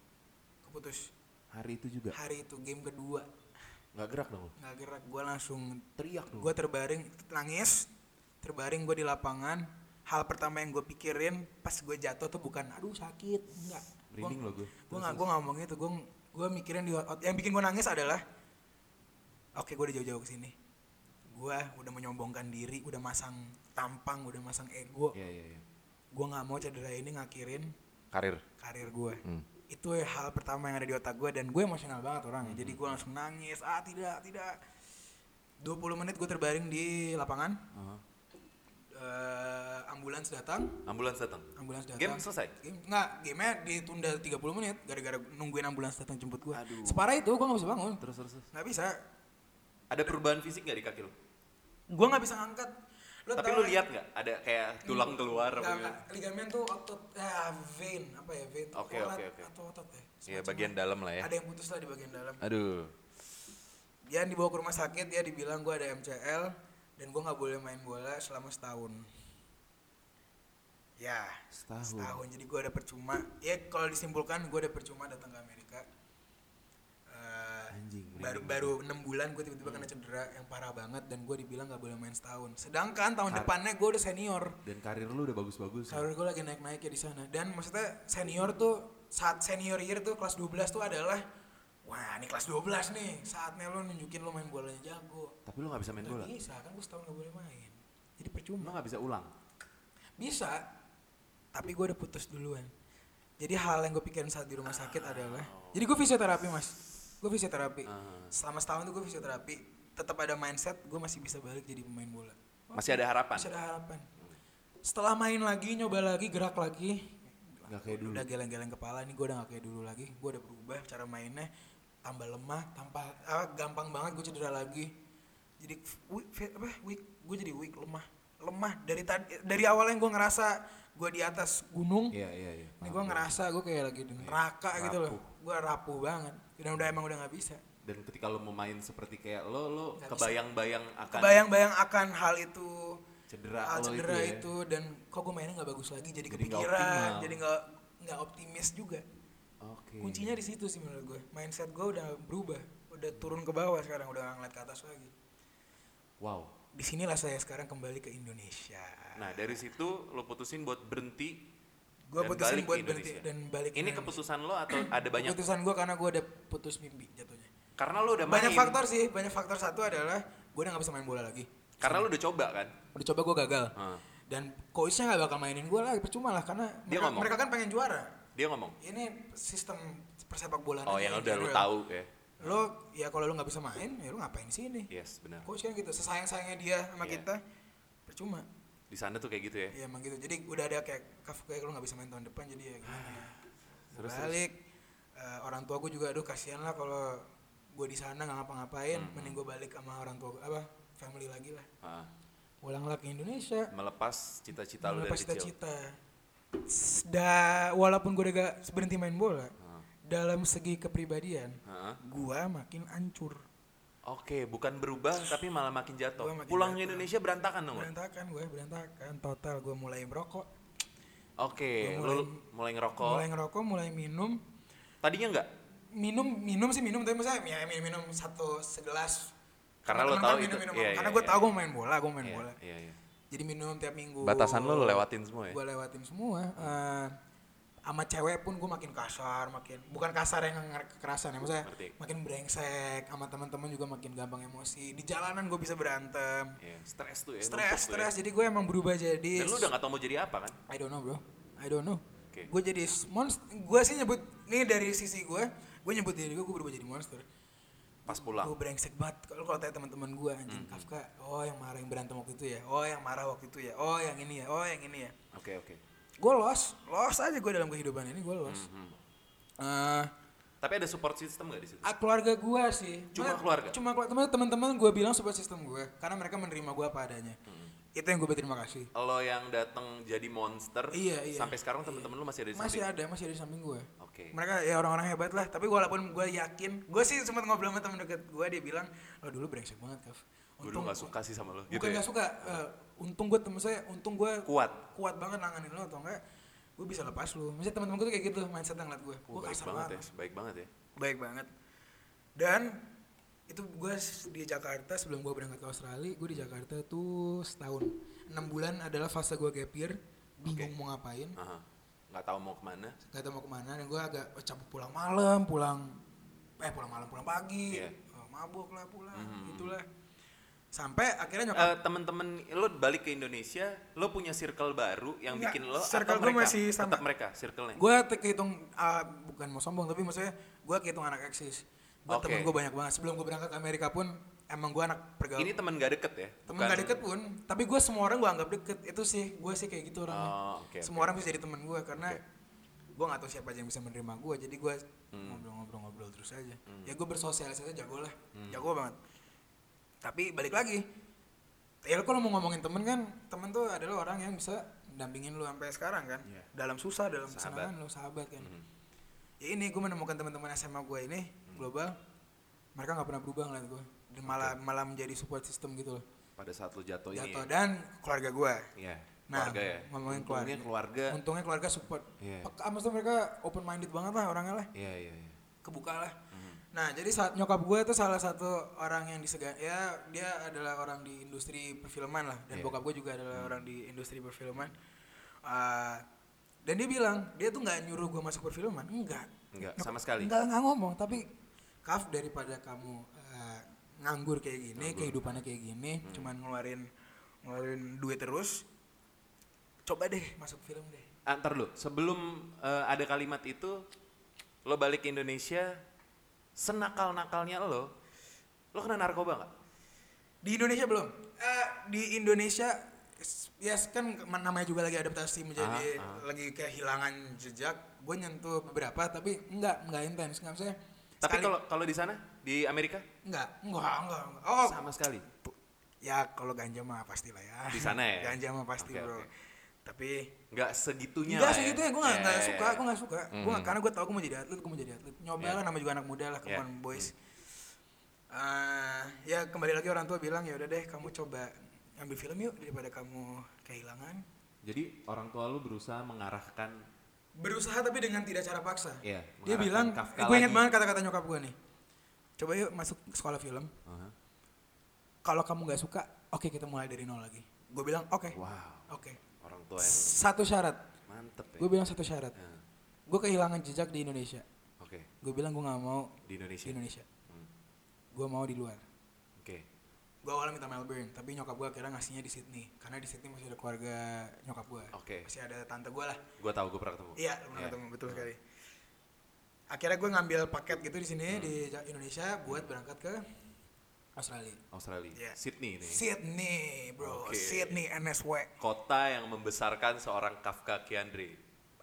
Hari itu juga? Hari itu game kedua. Nggak gerak dong? Nggak gerak, gue langsung teriak dong? Gue terbaring, nangis. Terbaring gue di lapangan. Hal pertama yang gue pikirin pas gue jatuh tuh bukan aduh sakit, enggak. Merinding loh gue. Gue ngomong itu, gue mikirin yang bikin gue nangis adalah oke, gue udah jauh-jauh kesini. Gue udah menyombongkan diri, udah masang tampang, udah masang ego. Iya. Gue nggak mau cedera ini ngakhirin karir gue. Itu hal pertama yang ada di otak gue dan gue emosional banget orangnya. Jadi gue langsung nangis. Tidak. 20 menit gue terbaring di lapangan. Ambulans datang. Game selesai? Game-nya ditunda 30 menit gara-gara nungguin ambulans datang jemput gue. Separah itu gue gak bisa bangun. Terus. Gak bisa. Ada perubahan fisik gak di kaki lo? Gue gak bisa ngangkat. Tapi tau lu kan? lihat nggak ada kayak tulang keluar apa Nggak, gitu? nggak. Ligamen tuh otot, vein, apa ya, vein tuh Oke, kolat oke, oke. atau otot ya. Iya, Semacam bagian dalam lah ya. ada yang putus lah di bagian dalam. Aduh. Dia dibawa ke rumah sakit, dia dibilang gue ada MCL dan gue nggak boleh main bola selama setahun. Ya, setahun. Jadi gue ada percuma. Ya kalau disimpulkan gue ada percuma datang ke Amerika. Anjing. Baru 6 bulan gue tiba-tiba kena cedera yang parah banget dan gue dibilang nggak boleh main setahun. Sedangkan tahun depannya gue udah senior. Dan karir lu udah bagus-bagus. Karir gue lagi naik-naik ya di sana. Dan maksudnya senior tuh saat senior year tuh kelas 12 tuh adalah wah ini kelas 12 nih saatnya lo nunjukin lo main bolanya jago. Tapi lu nggak bisa main bola. Gak bisa kan gue setahun gak boleh main. Jadi Lu percuma. nggak bisa ulang. Bisa. Tapi gue udah putus duluan. Jadi hal yang gue pikirin saat di rumah sakit adalah jadi gue fisioterapi mas. Gue fisioterapi. Selama setahun tuh gue fisioterapi. Tetap ada mindset gue masih bisa balik jadi pemain bola. Masih ada harapan. Masih ada harapan. Setelah main lagi, nyoba lagi, gerak lagi. Nggak kayak dulu. Udah geleng-geleng kepala nih gue udah gak kayak dulu lagi. Gue udah berubah cara mainnya. Tambah lemah, gampang banget gue cedera lagi. Jadi gue jadi weak, lemah. Dari awal yang gue ngerasa gue di atas gunung. Iya. Ini gue ngerasa gue kayak lagi di neraka gitu loh. Gue rapuh banget. Dan emang udah gak bisa. Dan ketika lu mau main seperti kayak lo Nggak kebayang-bayang akan Kebayang-bayang akan hal itu. cedera Hal lo cedera itu, ya. itu dan kok gue mainnya nggak bagus lagi. Jadi Jadi nggak kepikiran. optimal. Jadi nggak optimis juga. Oke. Kuncinya di situ sih menurut gue. Mindset gue udah berubah. Udah turun ke bawah sekarang. Udah gak ngeliat ke atas lagi. Wow. Disinilah saya sekarang kembali ke Indonesia. Nah, dari situ lo putusin buat berhenti Gue dan putusin balik buat ke berhenti Indonesia. dan balik. Ini keputusan lo atau ada banyak? Keputusan gue karena gue udah putus mimpi jatuhnya. Karena lo udah Banyak main. faktor sih. Banyak faktor. Satu adalah gue udah gak bisa main bola lagi. Karena lo udah coba kan? Udah coba gue gagal. Dan coachnya gak bakal mainin gue lagi. Percuma lah karena Dia ngomong? mereka kan pengen juara. Dia ngomong. Ini sistem persepak bola. Oh, yang udah lo tahu ya. Lo ya kalau lo nggak bisa main ya lo ngapain di sini. Yes, benar. Coach kan gitu, sesayang-sayangnya dia sama Iya. kita percuma. Di sana tuh kayak gitu ya. Ya emang gitu. Jadi udah ada kayak lo nggak bisa main tahun depan jadi ya gimana ya. Terus, Balik orang tua gue juga aduh kasihan lah kalau gue di sana nggak ngapa-ngapain, mending gue balik sama orang tua family lagi lah. Pulanglah ke Indonesia. Melepas cita-cita lo dari Melepas kecil. cita-cita. Walaupun gue udah gak berhenti main bola, dalam segi kepribadian, gua makin hancur. Oke, bukan berubah tapi malah makin jatuh. Gua makin Pulangnya jatuh. Indonesia berantakan dong. Lo? Berantakan total. Gue mulai merokok, Oke, Gua lo mulai ngerokok. mulai minum. Tadinya enggak? Minum tapi misalnya ya, minum satu segelas. Karena lo Teman-teman tahu minum, itu. minum. Iya, Karena iya, gue iya. tahu gue main bola, Iya. Jadi minum tiap minggu. Batasan lo lewatin semua ya? Gue lewatin semua. Sama cewek pun gue makin kasar, bukan kasar yang kekerasan ya, maksudnya Ngerti. makin brengsek, sama teman-teman juga makin gampang emosi. Di jalanan gue bisa berantem. Iya, stres tuh ya. Stres. numpuk tuh ya. Jadi gue emang berubah jadi. Dan lo udah gak tau mau jadi apa kan? I don't know bro. I don't know. Oke. Gue jadi monster. Gue sih nyebut nih dari sisi gue nyebut diri gue berubah jadi monster. Pas pulang. Gue brengsek banget. Kalau tanya teman-teman gue anjing Kafka, oh yang marah yang berantem waktu itu ya, oh yang marah waktu itu ya, oh yang ini ya, oh yang ini ya. Oke. Gue lost aja gue dalam kehidupan ini gue lost. Tapi ada support system gak di situ? Keluarga gue sih. Cuma keluarga? Cuma teman-teman gue bilang support system gue karena mereka menerima gue apa adanya. Itu yang gue berterima kasih. Lo yang datang jadi monster. Iya. Sampai sekarang temen-temen lo masih ada di Masih samping? masih ada di samping gue. Oke. Mereka ya orang-orang hebat lah. Tapi walaupun gue yakin, gue sih sempat ngobrol sama temen deket gue, dia bilang, lo dulu brengsek banget Kaf. Gue dulu gak suka sih sama lo gitu Bukan ya? gak suka, untung gue kuat banget nanganin lo atau enggak, gue bisa lepas lo. Maksudnya teman-teman gue tuh kayak gitu mindset yang ngeliat gue. Gue Baik kasar banget banget. ya, baik banget ya. Baik banget. Dan itu gue di Jakarta sebelum gue berangkat ke Australia, gue di Jakarta tuh setahun. 6 bulan adalah fase gue gap year, bingung mau ngapain. Gak tahu mau kemana. Gak tau mau kemana dan gue agak capek pulang malam, pulang pagi, Iya. mabuk lah pulang, gitulah. Sampai akhirnya nyokap Temen-temen lo balik ke Indonesia, lo punya circle baru yang Enggak, bikin lo circle atau gue mereka? masih sama. Tetap mereka, circle-nya? gue kehitung bukan mau sombong tapi maksudnya gue kehitung anak eksis. Gue Oke. temen gue banyak banget. Sebelum gue berangkat ke Amerika pun emang gue anak pergaulan. Ini temen gak deket ya? Temen gak deket pun, tapi gue semua orang gue anggap deket. Itu sih, gue sih kayak gitu orangnya. Oh, oke, Semua orang bisa jadi temen gue karena gue gak tahu siapa aja yang bisa menerima gue. Jadi gue ngobrol-ngobrol terus aja. Ya gue bersosialisasi jago lah, jago banget. Tapi balik lagi, Ya lu kalau mau ngomongin temen kan, temen tuh adalah orang yang bisa dampingin lu sampai sekarang kan. Iya. Dalam susah, dalam Sahabat. kesenangan lu sahabat kan. Mhm. Ya ini gue menemukan teman-teman SMA gue ini global, mereka nggak pernah berubah ngeliat gue. Dan malah menjadi support system gitu loh. Pada saat lu jatuh ini Jatuh ya. dan keluarga gue. Iya. Nah, Keluarga ya. ngomongin Untungnya keluarga. Untungnya keluarga support. Iya. Peka, maksudnya mereka open minded banget lah orangnya lah, Iya, iya, iya. kebuka lah. Nah, jadi saat nyokap gue tuh salah satu orang yang disegani, ya dia adalah orang di industri perfilman lah, dan Iya. bokap gue juga adalah orang di industri perfilman. Dan dia bilang dia tuh nggak nyuruh gue masuk perfilman, enggak Sama sekali. nggak ngomong, tapi Kaf, daripada kamu nganggur kayak gini, kehidupannya kayak gini, cuman ngeluarin duit terus, coba deh masuk film deh. Antar lu, sebelum ada kalimat itu, lo balik ke Indonesia, senakal-nakalnya lo kena narkoba nggak? Di Indonesia belum. Di Indonesia ya kan namanya juga lagi adaptasi menjadi lagi kehilangan jejak. Gue nyentuh beberapa tapi enggak intens, enggak maksudnya. Tapi sekali- kalau di sana, di Amerika, enggak. Oh, sama sekali. ya kalau ganja mah pasti lah ya. Di sana ya? Ganja mah pasti, Oke, bro. oke. Tapi Nggak segitunya enggak lah ya. segitunya, gue Ya, nggak ya, suka, ya. gue nggak suka. Karena gue tau gue mau jadi atlet, Nyoba Ya. lah, nama juga anak muda lah, come Ya. on boys. Ya kembali lagi orang tua bilang ya udah deh kamu coba ambil film yuk daripada kamu kehilangan. Jadi orang tua lu berusaha mengarahkan. Berusaha tapi dengan tidak cara paksa. Iya, Dia mengarahkan bilang, Kafka gue inget lagi. banget kata-kata nyokap gue nih. Coba yuk masuk sekolah film. Aha. Kalau kamu nggak suka, oke kita mulai dari nol lagi. Gue bilang oke. Wow, Oke. Orang tua yang Satu syarat. mantep ya. Gue bilang satu syarat. Ya, Gue kehilangan jejak di Indonesia. Oke, Gue bilang gue nggak mau di Indonesia. di Indonesia. Hmm, Gue mau di luar. Oke, Gue awalnya minta Melbourne, tapi nyokap gue akhirnya ngasihnya di Sydney. Karena di Sydney masih ada keluarga nyokap gue. Oke. Masih ada tante gue lah. gue tahu, gue pernah ketemu. Iya, lu pernah Iya. ketemu, betul sekali. Akhirnya gue ngambil paket gitu di sini di Indonesia buat berangkat ke Australia. Australia, Iya. Sydney nih. Sydney, bro. Oke. Sydney NSW. Kota yang membesarkan seorang Kafka Kiandre.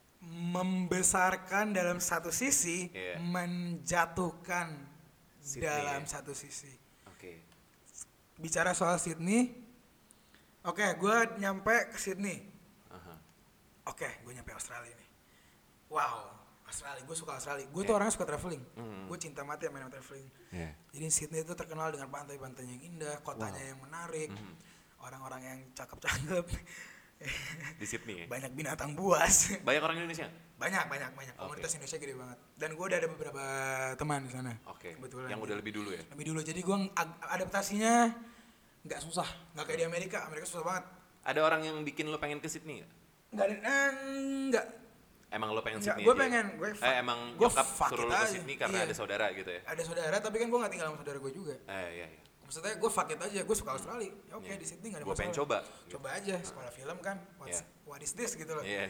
Membesarkan dalam satu sisi, Iya. menjatuhkan Sydney, dalam ya. satu sisi. Oke, Bicara soal Sydney, oke, gue nyampe ke Sydney. aha. Oke, gue nyampe Australia nih. Wow, Australia, gue suka Australia. Gue tuh orangnya suka traveling. Gue cinta mati sama yang traveling. Iya. Jadi Sydney itu terkenal dengan pantai-pantainya yang indah, kotanya yang menarik, orang-orang yang cakep-cakep, Di Sydney ya. banyak binatang buas. Banyak orang Indonesia? banyak. Komunitas Indonesia gede banget. Dan gue udah ada beberapa teman di sana. Oke, Kebetulan. yang udah lebih dulu ya? Lebih dulu. Jadi gue adaptasinya nggak susah, nggak kayak di Amerika. Amerika susah banget. Ada orang yang bikin lo pengen ke Sydney nggak? Nggak. Emang lo pengen Nggak, Sydney gue aja? pengen, gue Emang gue nyokap fuck suruh it lo ke aja. Sydney karena Iya. ada saudara gitu ya? Ada saudara, tapi kan gue nggak tinggal sama saudara gue juga. Iya. Maksudnya gue fuck it aja, gue suka Australia. Ya oke, Iya. di Sydney nggak ada Gue masalah. pengen coba. Coba aja, sekolah film kan. Iya. What is this gitu loh. Iya.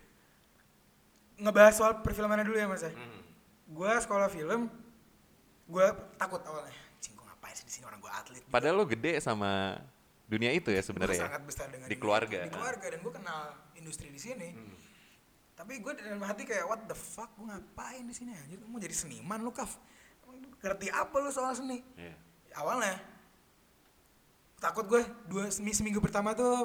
Ngebahas soal perfilmannya dulu ya mas ya. Hmm. Gue sekolah film, gue takut awalnya. Cing, gue ngapain sih di sini, orang gue atlet. Padahal lo gede sama dunia itu ya Gue sebenarnya ya? sangat besar dengan Di dunia keluarga. itu. Di keluarga, dan gue kenal industri di sini. Tapi gue dalam hati kayak what the fuck, gue ngapain di sini anjir? Mau jadi seniman lu, Kaf? Emang ngerti apa lu soal seni? Iya. Awalnya takut gue seminggu pertama tuh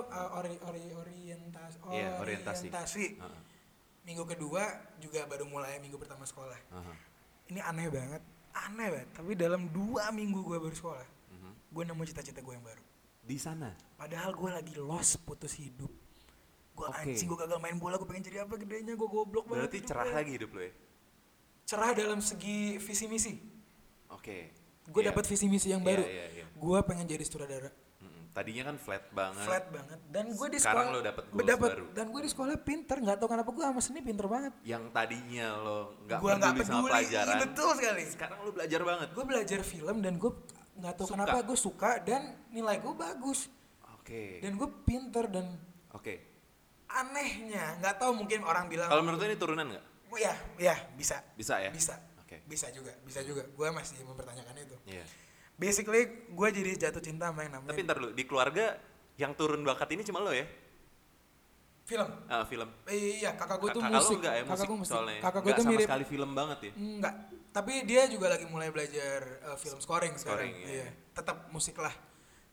Iya, orientasi. orientasi. Heeh. Minggu kedua juga baru mulai minggu pertama sekolah. Aha. Ini aneh banget. Tapi dalam 2 minggu gue baru sekolah, gue nemu cita-cita gue yang baru. Di sana? Padahal gue lagi lost, putus hidup. Gue Oke. anjing, gue gagal main bola, gue pengen jadi apa gedenya, gue goblok banget. Berarti hidup cerah gue. lagi hidup lo ya? Cerah dalam segi visi misi. Oke. Gue Iya. dapat visi misi yang baru. Iya. Gue pengen jadi sutradara. Tadinya kan flat banget. Flat banget. Dan gue di Sekarang sekolah lo dapet goals baru. Dan gue di sekolah pinter, nggak tahu kenapa gue sama seni pinter banget. Yang tadinya lo nggak Gue nggak peduli sama peduli. pelajaran. Iya, betul sekali. Sekarang lo belajar banget. Gue belajar film dan gue nggak tahu Suka. kenapa gue suka dan nilai gue bagus. Oke. Dan gue pinter dan Oke. anehnya nggak tahu, mungkin orang bilang Kalau menurut lo ini turunan nggak? oh, ya bisa. Bisa ya? Bisa. Oke. Bisa juga. Gue masih mempertanyakan itu. Iya. Basically gue jadi jatuh cinta sama yang namanya Tapi ntar lu di keluarga yang turun bakat ini cuma lo ya? film. Film. Iya, kakak gue tuh Kakak musik. lu enggak ya Kakak musik gue musik. soalnya? Kakak gue Nggak tuh sama mirip. sekali film banget ya? Enggak. Tapi dia juga lagi mulai belajar film scoring sekarang. Scoring, iya. Tetap musik lah.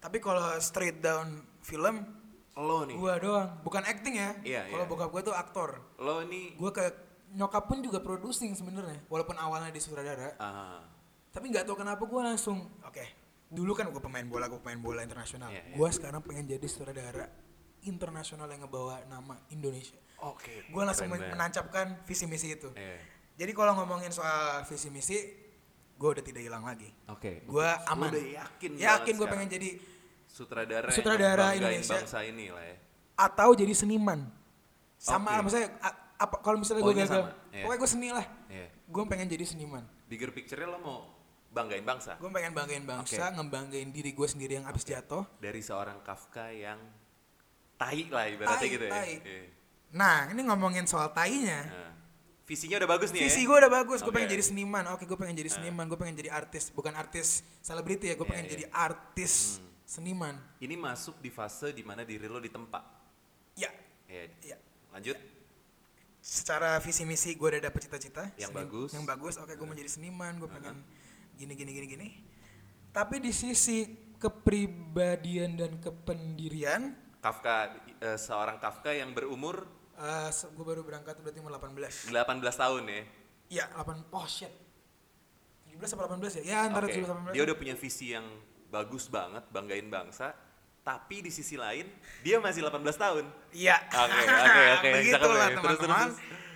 Tapi kalau straight down film, Lo nih, gua doang, bukan acting ya. Iya, Kalau iya. bokap gua tuh aktor. lo nih, Gua ke nyokap pun juga producing sebenarnya, walaupun awalnya di sutradara. Tapi nggak tahu kenapa gua langsung, oke. Dulu kan gua pemain bola internasional. Iya, iya. Gua sekarang pengen jadi sutradara internasional yang ngebawa nama Indonesia. oke. Gua langsung Keren banget. menancapkan visi misi itu. Iya. Jadi kalau ngomongin soal visi misi, gua udah tidak hilang lagi. Oke. Gua Lo aman. udah yakin Yakin banget gue sekarang. pengen jadi Sutradara Sutradara yang banggain Indonesia. bangsa ini lah ya. atau jadi seniman. Sama Oke. maksudnya apa kalau misalnya gue Poinnya gagal, sama, iya. pokoknya gue seni lah. Iya. Gue pengen jadi seniman. Bigger picture-nya lo mau banggain bangsa Gue pengen banggain bangsa, ngebanggain diri gue sendiri yang habis jatuh. dari seorang Kafka yang tai lah ibaratnya Tai, gitu ya. tai. Iya. Nah, ini ngomongin soal tainya. Nah, visinya udah bagus nih ya. Visi gue udah bagus, gue Oke. pengen jadi seniman. Oke, gue pengen jadi seniman, gue pengen jadi artis, bukan artis selebriti ya, gue Iya, pengen iya. jadi artis seniman. Ini masuk di fase dimana diri lo ditempa. Ya, Ya. ya. Lanjut. Secara visi misi gue udah dapet cita-cita Yang bagus. oke gue mau jadi seniman, gue pengen gini. Tapi di sisi kepribadian dan kependirian, Kafka, seorang Kafka yang berumur gue baru berangkat berarti umur 18. 18 tahun ya. Ya 17 atau 18 ya, ya antara Oke. 17 Dia udah punya visi yang bagus banget, banggain bangsa. Tapi di sisi lain, dia masih 18 tahun. Iya. Oke. Begitulah Cakep ya. teman-teman.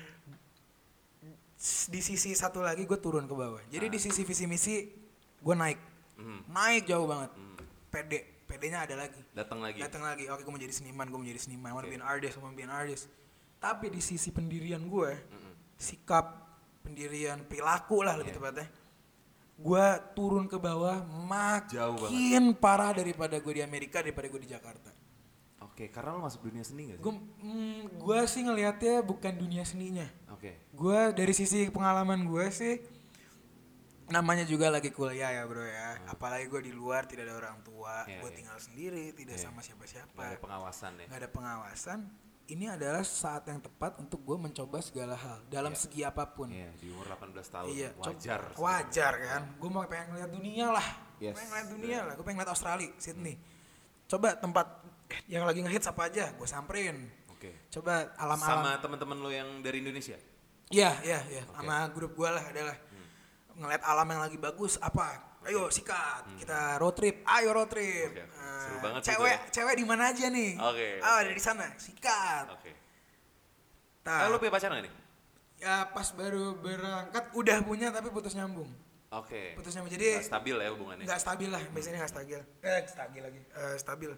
Di sisi satu lagi gue turun ke bawah. Jadi di sisi visi misi gue naik. Naik jauh banget. PD-nya ada lagi. Datang lagi. Oke, gue mau jadi seniman. I wanna be an artist. Tapi di sisi pendirian gue, sikap, pendirian, perilaku lah lebih tepatnya, gue turun ke bawah Jauh makin parah daripada gue di Amerika, daripada gue di Jakarta. Oke, karena lo masuk dunia seni gak sih? Gue sih ngelihatnya bukan dunia seninya. Oke. Gue dari sisi pengalaman gue sih, namanya juga lagi kuliah ya bro ya. Apalagi gue di luar, tidak ada orang tua, Iya, gue iya. tinggal sendiri, tidak Iya. sama siapa-siapa, Gak ada pengawasan ya. nggak ada pengawasan. Ini adalah saat yang tepat untuk gue mencoba segala hal dalam Iya. segi apapun. Iya, di umur 18 tahun. Iya, Wajar. wajar kan. Gue mau pengen ngeliat dunia lah. Yes. Pengen ngeliat dunia lah. Gue pengen ngeliat Australia, Sydney. Coba tempat yang lagi ngehits apa aja, gue samperin. Oke. Coba alam-alam. Sama teman-teman lo yang dari Indonesia? Iya. Sama grup gue lah adalah ngeliat alam yang lagi bagus apa. Ayo sikat, kita road trip. Ayo road trip. Oke. Seru banget itu Cewek di mana aja nih? Oke, Ada di sana. Sikat. Oke. Nah, Lo punya pacar gak nih? ya pas baru berangkat udah punya tapi putus nyambung. Oke. Putus nyambung. Jadi Gak stabil ya hubungannya? nggak stabil lah, biasanya nggak stabil. Stabil lagi. Stabil.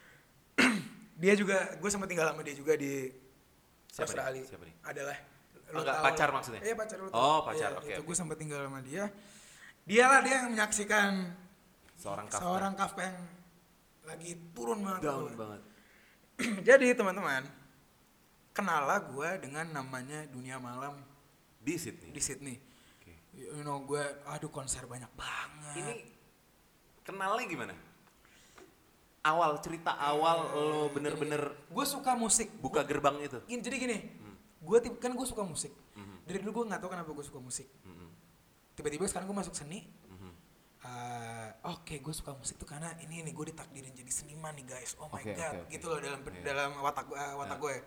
Dia juga, gue sempat tinggal sama dia juga di Siapa Australia. nih? Siapa nih? Adalah. Enggak, pacar maksudnya? Iya pacar lu. Oh, pacar, oke, Itu oke. gue sempat tinggal sama dia. Dialah dia yang menyaksikan Seorang Kafka. Kafka yang lagi turun banget. Down banget. Jadi teman-teman, kenalah gue dengan namanya dunia malam Di Sydney. di Sydney. Oke. You know gue, aduh konser banyak banget. Ini kenalnya gimana? Awal, cerita awal lo bener-bener Gue suka musik. buka gerbang itu? Jadi gini, kan gue suka musik. Dari dulu gue nggak tahu kenapa gue suka musik. Tiba-tiba sekarang gue masuk seni. Oke, gue suka musik tuh karena ini nih gue ditakdirin jadi seniman nih guys. Oh my Oke, god, oke. gitu loh dalam watak gue.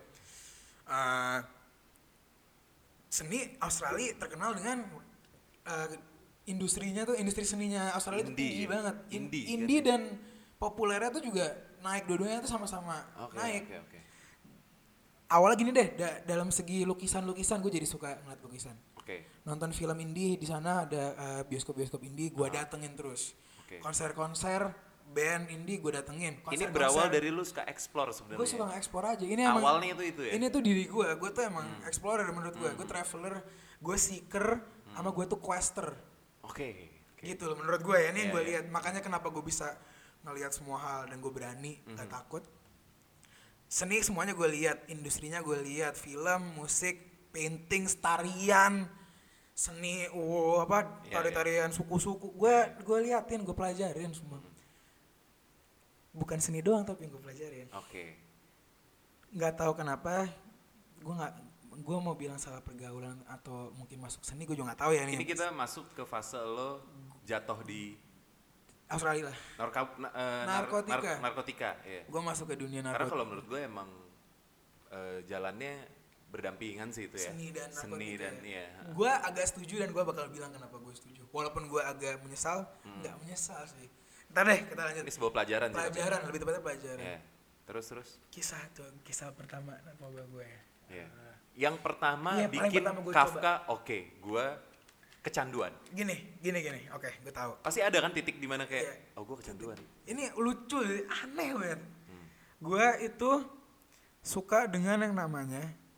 Seni Australia terkenal dengan industrinya tuh, industri seninya Australia tuh Indie. tinggi banget. Indie, Indie kan? dan populernya tuh juga naik, dua-duanya tuh sama-sama Oke, naik. oke. Awalnya gini deh, dalam segi lukisan gue jadi suka ngeliat lukisan. Oke. Nonton film indie di sana ada bioskop-bioskop indie, gue datengin terus. Oke. Konser-konser band indie gue datengin. Ini berawal dari lu suka explore sebenarnya. gue suka nge-explore aja. Ini Awalnya itu ya? Ini tuh diri gue tuh emang explorer menurut gue. Gue traveler, gue seeker, sama gue tuh quester. Oke. Gitu loh menurut gue ya. Ini yang Iya, gue iya. lihat. Makanya kenapa gue bisa ngelihat semua hal dan gue berani, gak takut. Seni semuanya gue lihat, industrinya gue lihat, film, musik, painting, tarian, seni, Iya, tari-tarian suku-suku, gue liatin, gue pelajarin semua. Bukan seni doang tapi yang gue pelajarin. Oke. Nggak tahu kenapa, gue mau bilang salah pergaulan atau mungkin masuk seni, gue juga nggak tahu ya Ini nih. kita masuk ke fase lo jatuh di Australia lah. Narkotika. Narkotika, iya. Gue masuk ke dunia Karena narkotika. kalau menurut gue emang jalannya berdampingan sih itu ya. Seni dan iya. Gue agak setuju dan gue bakal bilang kenapa gue setuju. Walaupun gue agak menyesal, nggak menyesal sih. Ntar deh kita lanjut. Ini sebuah pelajaran sih. Pelajaran, lebih tepatnya pelajaran. Iya. Terus. Kisah pertama narkoba gue ya. Iya. Yang pertama Iya, paling bikin pertama gue Kafka, oke, gue kecanduan. Gini. Oke, gue tahu. Pasti ada kan titik di mana kayak, Iya. gue kecanduan. Ini lucu, aneh banget. Gue itu suka dengan yang namanya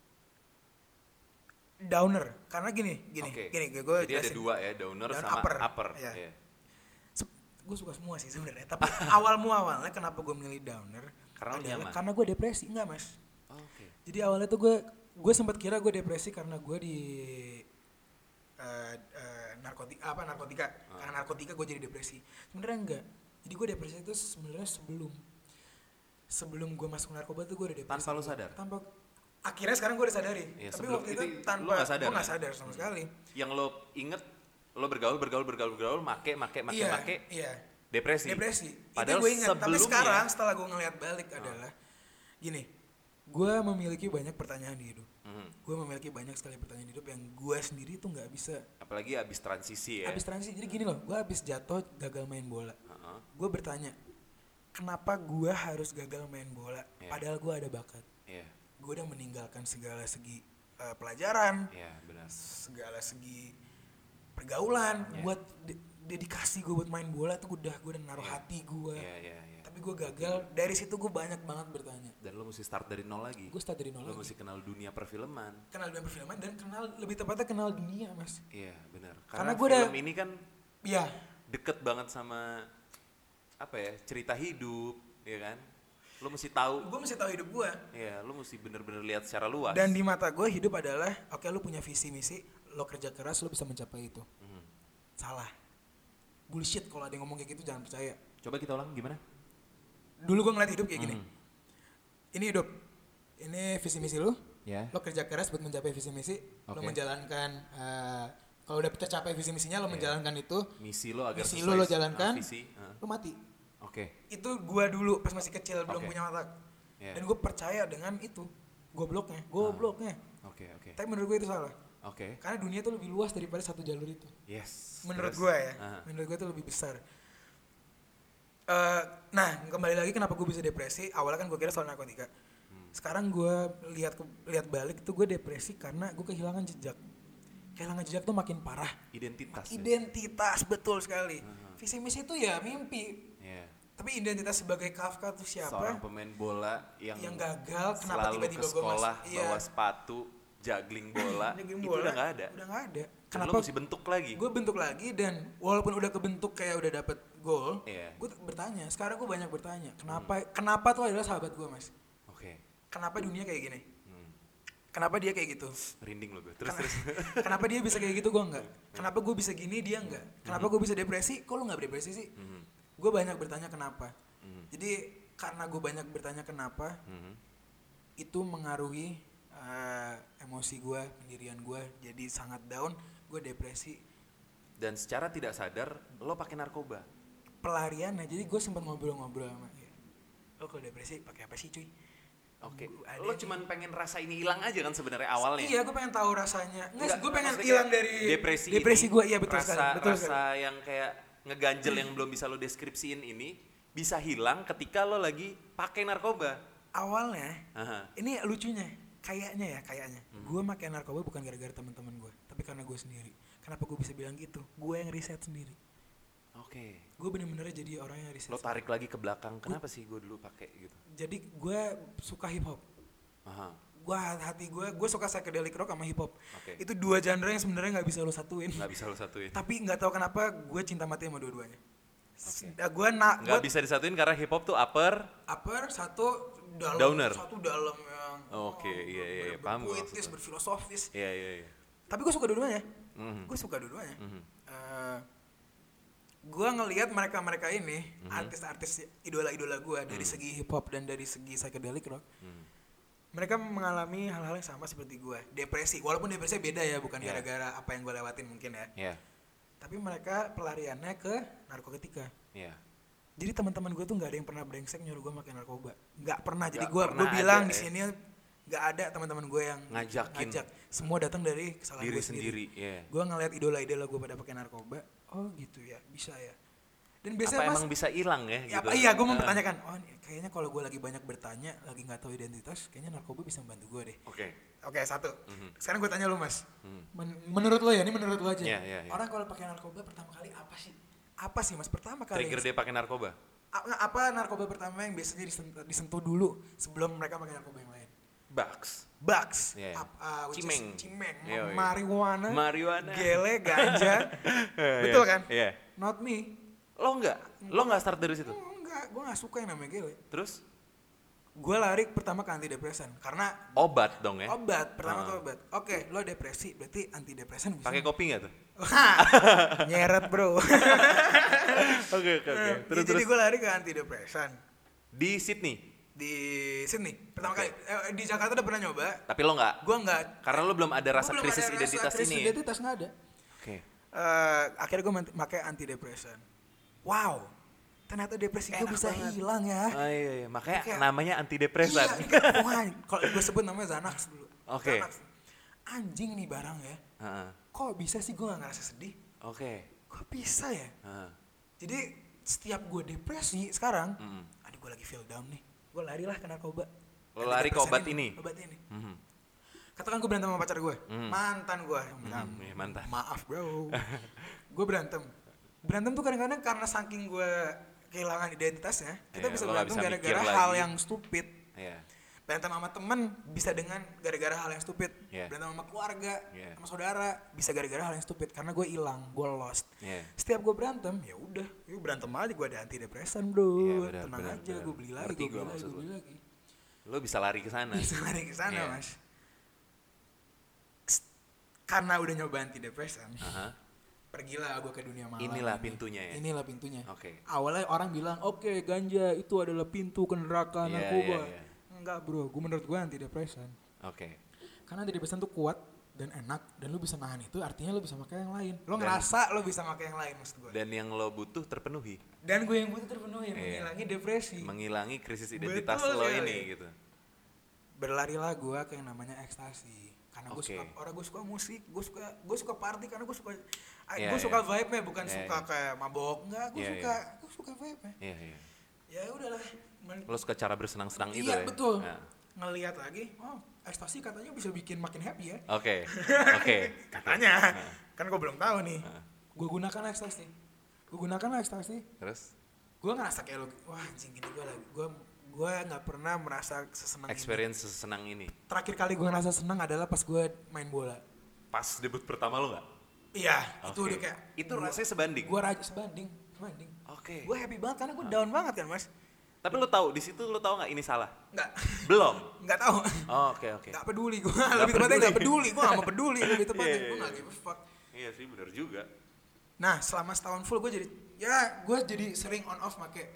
downer. Karena gini, Oke. gue Jadi ada dua ya, downer Down, sama upper. upper. Iya. Iya. Gue suka semua sih sebenarnya. Tapi awalnya kenapa gue milih downer? Karena lu adalah nyaman. karena gue depresi, enggak mas. Oh, oke. Jadi awalnya tuh gue sempat kira gue depresi karena gue di narkotika. Karena narkotika gue jadi depresi. Sebenarnya enggak. Jadi gue depresi itu sebenarnya sebelum gue masuk narkoba tuh gue udah depresi. Tanpa lu sadar? Akhirnya sekarang gue udah sadari. Iya, Tapi sebelum waktu itu itu tanpa lu nggak sadar, gue nggak kan? sadar sama sekali. Yang lo inget, lo bergaul, make, Iya. depresi. Itu Padahal gue ingat. Tapi sebelumnya- sekarang setelah gue ngeliat balik adalah gini, gue memiliki banyak pertanyaan di hidup. Gue memiliki banyak sekali pertanyaan di hidup yang gue sendiri tuh nggak bisa. Apalagi abis transisi ya. Habis transisi, jadi gini loh, gue habis jatuh gagal main bola. Heeh. Gue bertanya, kenapa gue harus gagal main bola? Iya. Padahal gue ada bakat. Iya, Gue udah meninggalkan segala segi pelajaran, iya benar. segala segi pergaulan, Iya. buat dedikasi gue buat main bola tuh gue udah naruh Iya. hati gue. Iya. Tapi gue gagal. Dari situ gue banyak banget bertanya. Dan lo mesti start dari nol lagi. Gue start dari nol Lo lagi. mesti kenal dunia perfilman. Kenal dunia perfilman dan lebih tepatnya kenal dunia mas. Iya, benar. Karena Karena gua udah- film ini kan Iya. deket banget sama apa ya, cerita hidup, ya kan? Lo mesti tahu. Gue mesti tahu hidup gue. Iya, lo mesti bener-bener lihat secara luas. Dan di mata gue hidup adalah, oke lu punya visi misi, lo kerja keras lo bisa mencapai itu. Mhm. Salah. Bullshit kalau ada yang ngomong kayak gitu jangan percaya. Coba kita ulang gimana? Dulu gue ngeliat hidup kayak gini. Mhm. Ini hidup. Ini visi misi lu. Ya. Lo kerja keras buat mencapai visi misi. Lo Oke. menjalankan. Kalau udah tercapai visi misinya lo menjalankan itu. Misi lo agar Misi sesuai lo jalankan. visi. Lo mati. Oke. Itu gue dulu pas masih kecil belum Oke. punya otak. Iya. Dan gue percaya dengan itu. Gobloknya. Oke. Tapi menurut gue itu salah. Oke. Karena dunia itu lebih luas daripada satu jalur itu. Yes. Menurut Terus? gue ya. Aha. Menurut gue itu lebih besar. Nah kembali lagi kenapa gue bisa depresi. Awalnya kan gue kira soal narkotika. Sekarang gue lihat balik itu gue depresi karena gue kehilangan jejak. Kehilangan jejak tuh makin parah. Identitas. ya? Identitas betul sekali. Visi misi itu ya mimpi. Iya. Tapi identitas sebagai Kafka tuh Seorang siapa? pemain bola yang Gagal. Kenapa selalu tiba-tiba ke gue sekolah masuk? bawa sepatu, juggling bola, Juggling itu bola, udah nggak ada. Udah nggak ada. Dan Kenapa? lo mesti bentuk lagi. Gue bentuk lagi dan walaupun udah kebentuk kayak udah dapet gol, Iya. gue bertanya. Sekarang gue banyak bertanya. Kenapa tuh adalah sahabat gue mas? Oke. Kenapa dunia kayak gini? Hmm. Kenapa dia kayak gitu? Merinding lo gue. Terus. Kenapa dia bisa kayak gitu gue enggak? Kenapa gue bisa gini dia enggak? Kenapa gue bisa depresi? Kok lu nggak depresi sih? Mhm. Gue banyak bertanya kenapa. Mhm. Jadi karena gue banyak bertanya kenapa, Mhm. itu mengaruhi emosi gue, pendirian gue, jadi sangat down. Gue depresi. Dan secara tidak sadar lo pakai narkoba. Pelariannya, jadi gue sempat ngobrol-ngobrol sama dia. Lo kalau depresi pakai apa sih cuy? Oke. Ada Lo nih. cuman pengen rasa ini hilang aja kan sebenarnya awalnya. Iya, gue pengen tahu rasanya. Enggak, Gue pengen maksudnya hilang kayak dari depresi ini, gue. Iya betul rasa, sekali. Betul rasa sekali. yang kayak ngeganjel yang belum bisa lo deskripsiin ini bisa hilang ketika lo lagi pakai narkoba. Awalnya, Aha. ini lucunya, kayaknya. Gue pakai narkoba bukan gara-gara teman-teman gue, tapi karena gue sendiri. Kenapa gue bisa bilang gitu? Gue yang riset sendiri. Oke. Gue bener-bener jadi orang yang riset. Lo tarik lagi ke belakang. Kenapa sih gue dulu pakai gitu? Jadi gue suka hip hop. Aha. Gue suka psychedelic rock sama hip hop. Oke. Itu dua genre yang sebenarnya nggak bisa lo satuin. Nggak bisa lo satuin. Tapi nggak tahu kenapa gue cinta mati sama dua-duanya. Oke. Gue Nggak bisa disatuin karena hip hop tuh upper. upper satu dalam, Downer. satu dalam yang Oke, iya, paham gua berpuitis, maksud lo. berfilosofis. Iya. Tapi gue suka dua-duanya. Mhm. Gue suka dua-duanya. Mhm. Gue ngelihat mereka ini artis-artis idola-idola gue dari segi hip hop dan dari segi psychedelic rock. Mereka mengalami hal-hal yang sama seperti gue, depresi. Walaupun depresi beda ya, bukan Iya. gara-gara apa yang gue lewatin mungkin ya. Iya. tapi mereka pelariannya ke narkotika. Iya. Jadi teman-teman gue tuh nggak ada yang pernah brengsek nyuruh gue makan narkoba, nggak pernah. Jadi Nggak gue pernah bilang ada, di ya. sini nggak ada teman-teman gue yang Ngajakin. ngajak, semua datang dari kesalahan Diri gue sendiri. sendiri, iya. Gue ngeliat idola-idola gue pada pakai narkoba, oh gitu ya, bisa ya. Dan Apa biasanya mas, emang bisa hilang ya ya, gitu? iya gue mempertanyakan, oh kayaknya kalau gue lagi banyak bertanya, lagi nggak tahu identitas, kayaknya narkoba bisa membantu gue deh. Oke. Oke, satu. Sekarang gue tanya lu mas, Mhm. menurut lo ya, ini menurut lo aja. Iya, iya, iya. Orang kalau pakai narkoba pertama kali apa sih? Apa sih mas pertama kali? Trigger dia pakai narkoba. Apa narkoba pertama yang biasanya disentuh dulu sebelum mereka pakai narkoba yang lain? Bugs. Bugs, Iya. which is Cimeng. cimeng, Iya, iya. marijuana, Marijuana. gele, ganja, betul kan? Iya. Not me. Lo nggak start dari situ. Enggak, gue nggak suka yang namanya gele. Terus Gue lari pertama ke antidepresan karena obat dong ya. obat pertama tuh obat. Oke, lo depresi berarti antidepresan bisa. Pakai kopi nggak tuh? Nyeret bro. Oke. Jadi gue lari ke antidepresan Di Sydney. di Sydney pertama Oke. kali. Di Jakarta udah pernah nyoba. Tapi lo nggak. Gue nggak. Karena lo belum ada rasa Gua belum krisis ada identitas rasa krisis ini. Ya? identitas nggak ada. Oke. Akhirnya gue pakai antidepresan. Wow, ternyata depresi gue bisa hilang ya. Oh iya. Makanya Kayak- namanya antidepresan. Iya, wah, kalau gue sebut namanya Xanax dulu. Oke. Xanax. Anjing nih barang ya. Heeh. Kok bisa sih gue gak ngerasa sedih? Oke. Kok bisa ya? Heeh. Jadi setiap gue depresi sekarang, Mm-mm. aduh gue lagi feel down nih. Gue larilah ke narkoba. Lo lari ke obat Antidepresan ini? Obat ini. Mhm. Katakan gue berantem sama pacar gue, mantan gue. Iya, mantan. Maaf bro. Gue berantem. Berantem tuh kadang-kadang karena saking gue kehilangan identitasnya, kita Iya, bisa lo nggak berantem bisa gara-gara mikir hal lagi. yang stupid. Iya. Berantem sama temen bisa dengan gara-gara hal yang stupid. Iya. Berantem sama keluarga, Iya. sama saudara bisa gara-gara hal yang stupid karena gue hilang, gue lost. Iya. Setiap gue berantem, ya udah, yuk berantem aja, gue ada antidepresan bro. Iya, benar, Tenang benar, aja, benar. gue beli lagi, Ngerti gue gua beli lagi, maksud gue lo. beli lagi. Lo bisa lari ke sana. Bisa lari ke sana Iya. mas. Karena udah nyoba antidepresan, Aha. pergilah gue ke dunia malam. Inilah ini. pintunya ya? Inilah pintunya. Oke. Awalnya orang bilang, oke, ganja itu adalah pintu ke neraka Iya, narkoba. iya, iya. Enggak bro, menurut gue antidepresan. Oke. Karena antidepresan tuh kuat dan enak dan lu bisa nahan itu, artinya lu bisa pakai yang lain. Lo ngerasa lu bisa pakai yang lain maksud gue. Dan yang lo butuh terpenuhi. Dan gue yang butuh terpenuhi, Iya. menghilangi depresi. Menghilangi krisis identitas Betul lo sekali. ini gitu. Berlarilah gue ke yang namanya ekstasi. Karena gue Oke. suka musik, gue suka party karena gue suka Iya, gue suka iya. vibe-nya bukan Iya, suka iya. kayak mabok, enggak, Iya, gue suka vibe-nya. Iya, iya. Ya udahlah, Lo suka cara bersenang-senang itu iya ya? betul. Nah. Ngelihat lagi, oh ekstasi katanya bisa bikin makin happy ya. Oke. Oke. Katanya, kan gue belum tahu nih. Nah. Gue gunakan ekstasi. Terus Gue ngerasa kayak lo, wah anjing gini gue lagi, gue nggak pernah merasa sesenang ini. experience sesenang ini. Terakhir kali gue ngerasa senang adalah pas gue main bola. Pas debut pertama lo nggak? Iya, itu Oke. udah kayak Itu rasanya sebanding. gue raja sebanding. Oke. Gue happy banget karena gue down banget kan mas. Tapi lo tahu di situ lo tahu nggak ini salah? Nggak, Belum. nggak tahu. Oh, oke oke. Nggak peduli gue, lebih tepatnya nggak peduli. Gue nggak mau peduli lebih tepatnya. Iya, Gue iya, nggak iya. give a fuck. Iya sih benar juga. Nah selama setahun full gue jadi sering on off make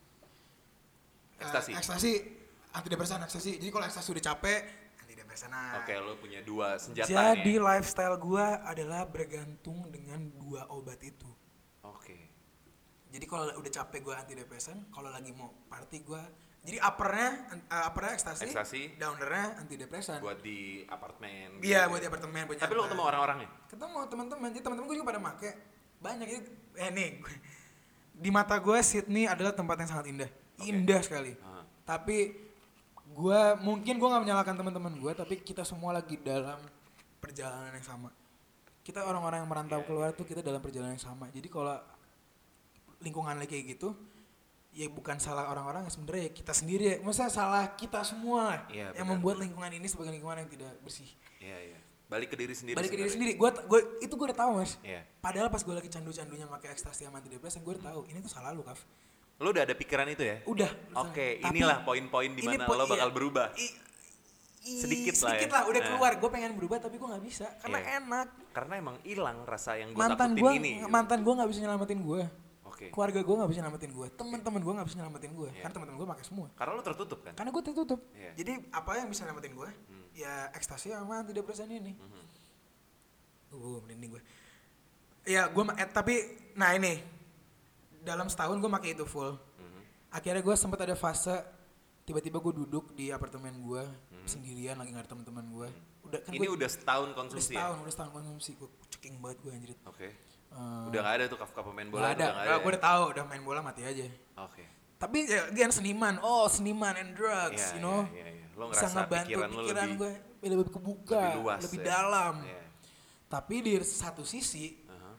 Ekstasi. ekstasi, antidepresan ekstasi. Jadi kalau ekstasi udah capek, antidepresan. Oke, lo punya dua senjata Jadi nih. lifestyle gue adalah bergantung dengan dua obat itu. Oke. Jadi kalau udah capek gue antidepresan, kalau lagi mau party gue, jadi uppernya ekstasi, Ekstasi. downernya antidepresan. Buat di apartemen. Iya gitu. buat di apartemen. Buat Tapi lo nyantai. ketemu orang-orangnya? Ketemu teman-teman, jadi teman-teman gue juga pada make banyak itu. Nih, di mata gue Sydney adalah tempat yang sangat indah, indah sekali. Ah. Tapi mungkin gue nggak menyalahkan teman-teman gue, tapi kita semua lagi dalam perjalanan yang sama. Kita orang-orang yang merantau keluar tuh kita dalam perjalanan yang sama. Jadi kalau lingkungannya kayak gitu, ya bukan salah orang-orang, sebenarnya ya kita sendiri ya. Masa salah kita semua lah Iya, yang benar, membuat benar. lingkungan ini sebagai lingkungan yang tidak bersih. Iya iya. Balik ke diri sendiri. Balik ke diri sebenarnya. sendiri, gue udah tahu mas. Iya. Padahal pas gue lagi candu-candunya pakai ekstasi sama antidepresan, gue udah tahu ini tuh salah lu Kaf. Lo udah ada pikiran itu ya? Udah. Oke, Tapi inilah poin-poin di ini mana po- lo bakal iya. berubah. Sedikit lah ya. Sedikit lah, udah Nah. keluar. Gue pengen berubah tapi gue nggak bisa karena Iya. enak. Karena emang hilang rasa yang gue Mantan takutin gue, ini. gitu. mantan gue nggak bisa nyelamatin gue. Oke. Keluarga gue nggak bisa nyelamatin gue. Teman-teman gue nggak bisa nyelamatin gue. Iya. Karena teman-teman gue pakai semua. Karena lo tertutup kan? Karena gue tertutup. Iya. Jadi apa yang bisa nyelamatin gue? Ya ekstasi sama antidepresan ini. Merinding gue. Ya gue tapi nah ini dalam setahun gue pakai itu full. Akhirnya gue sempat ada fase tiba-tiba gue duduk di apartemen gue sendirian lagi nggak ada teman-teman gue. Udah kan Ini gua, udah setahun konsumsi ya? udah setahun konsumsi gue ceking banget gue anjir. Oke. Udah nggak ada tuh Kafka pemain bola? Gak ada, Udah nggak ada. gue udah tahu udah main bola mati aja. Oke. Tapi ya seniman and drugs, Iya, you know. iya, iya. Lo Bisa ngerasa ngebantu pikiran lo pikiran lebih gue lebih kebuka, lebih luas lebih ya? dalam. Iya. Tapi di satu sisi Aha.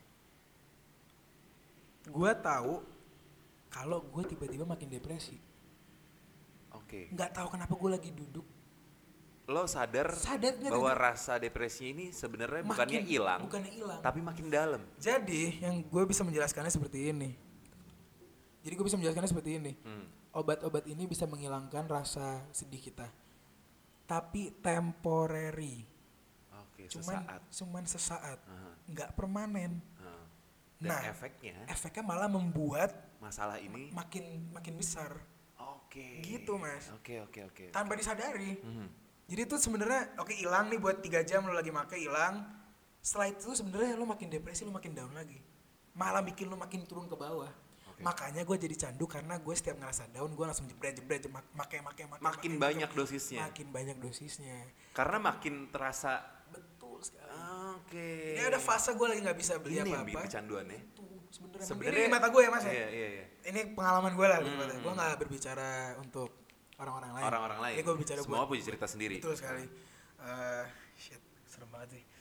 gue tahu kalau gue tiba-tiba makin depresi. Oke. Nggak tahu kenapa gue lagi duduk. Lo sadar Sadarnya bahwa tidak. rasa depresi ini sebenarnya bukannya hilang, tapi makin dalam. Jadi yang gue bisa menjelaskannya seperti ini. Obat-obat ini bisa menghilangkan rasa sedih kita. Tapi temporary. Oke, Cuman sesaat. Aha. Nggak permanen. Nah, dan Nah, efeknya malah membuat masalah ini. makin besar. Oke. Gitu, Mas. Oke. Tanpa disadari. Mhm. Jadi itu sebenarnya hilang nih buat 3 jam lo lagi make hilang. Setelah itu sebenarnya lo makin depresi, lo makin down lagi. Malah bikin lo makin turun ke bawah. Oke. Makanya gue jadi candu karena gue setiap ngerasa down gue langsung jebret make. Makin banyak dosisnya. Makin banyak dosisnya. Karena makin terasa. Betul sekali. Oke. Ini ada fase gue lagi nggak bisa beli Ini yang apa-apa. bikin canduannya. Itu sebenarnya. Sebenarnya Ini mata gue ya Mas ya. Iya. Ini pengalaman gue lah. Gue nggak berbicara untuk orang-orang lain. Orang-orang lain. Ini gue bicara Semua buat punya cerita sendiri. betul sekali. Shit, serem banget sih.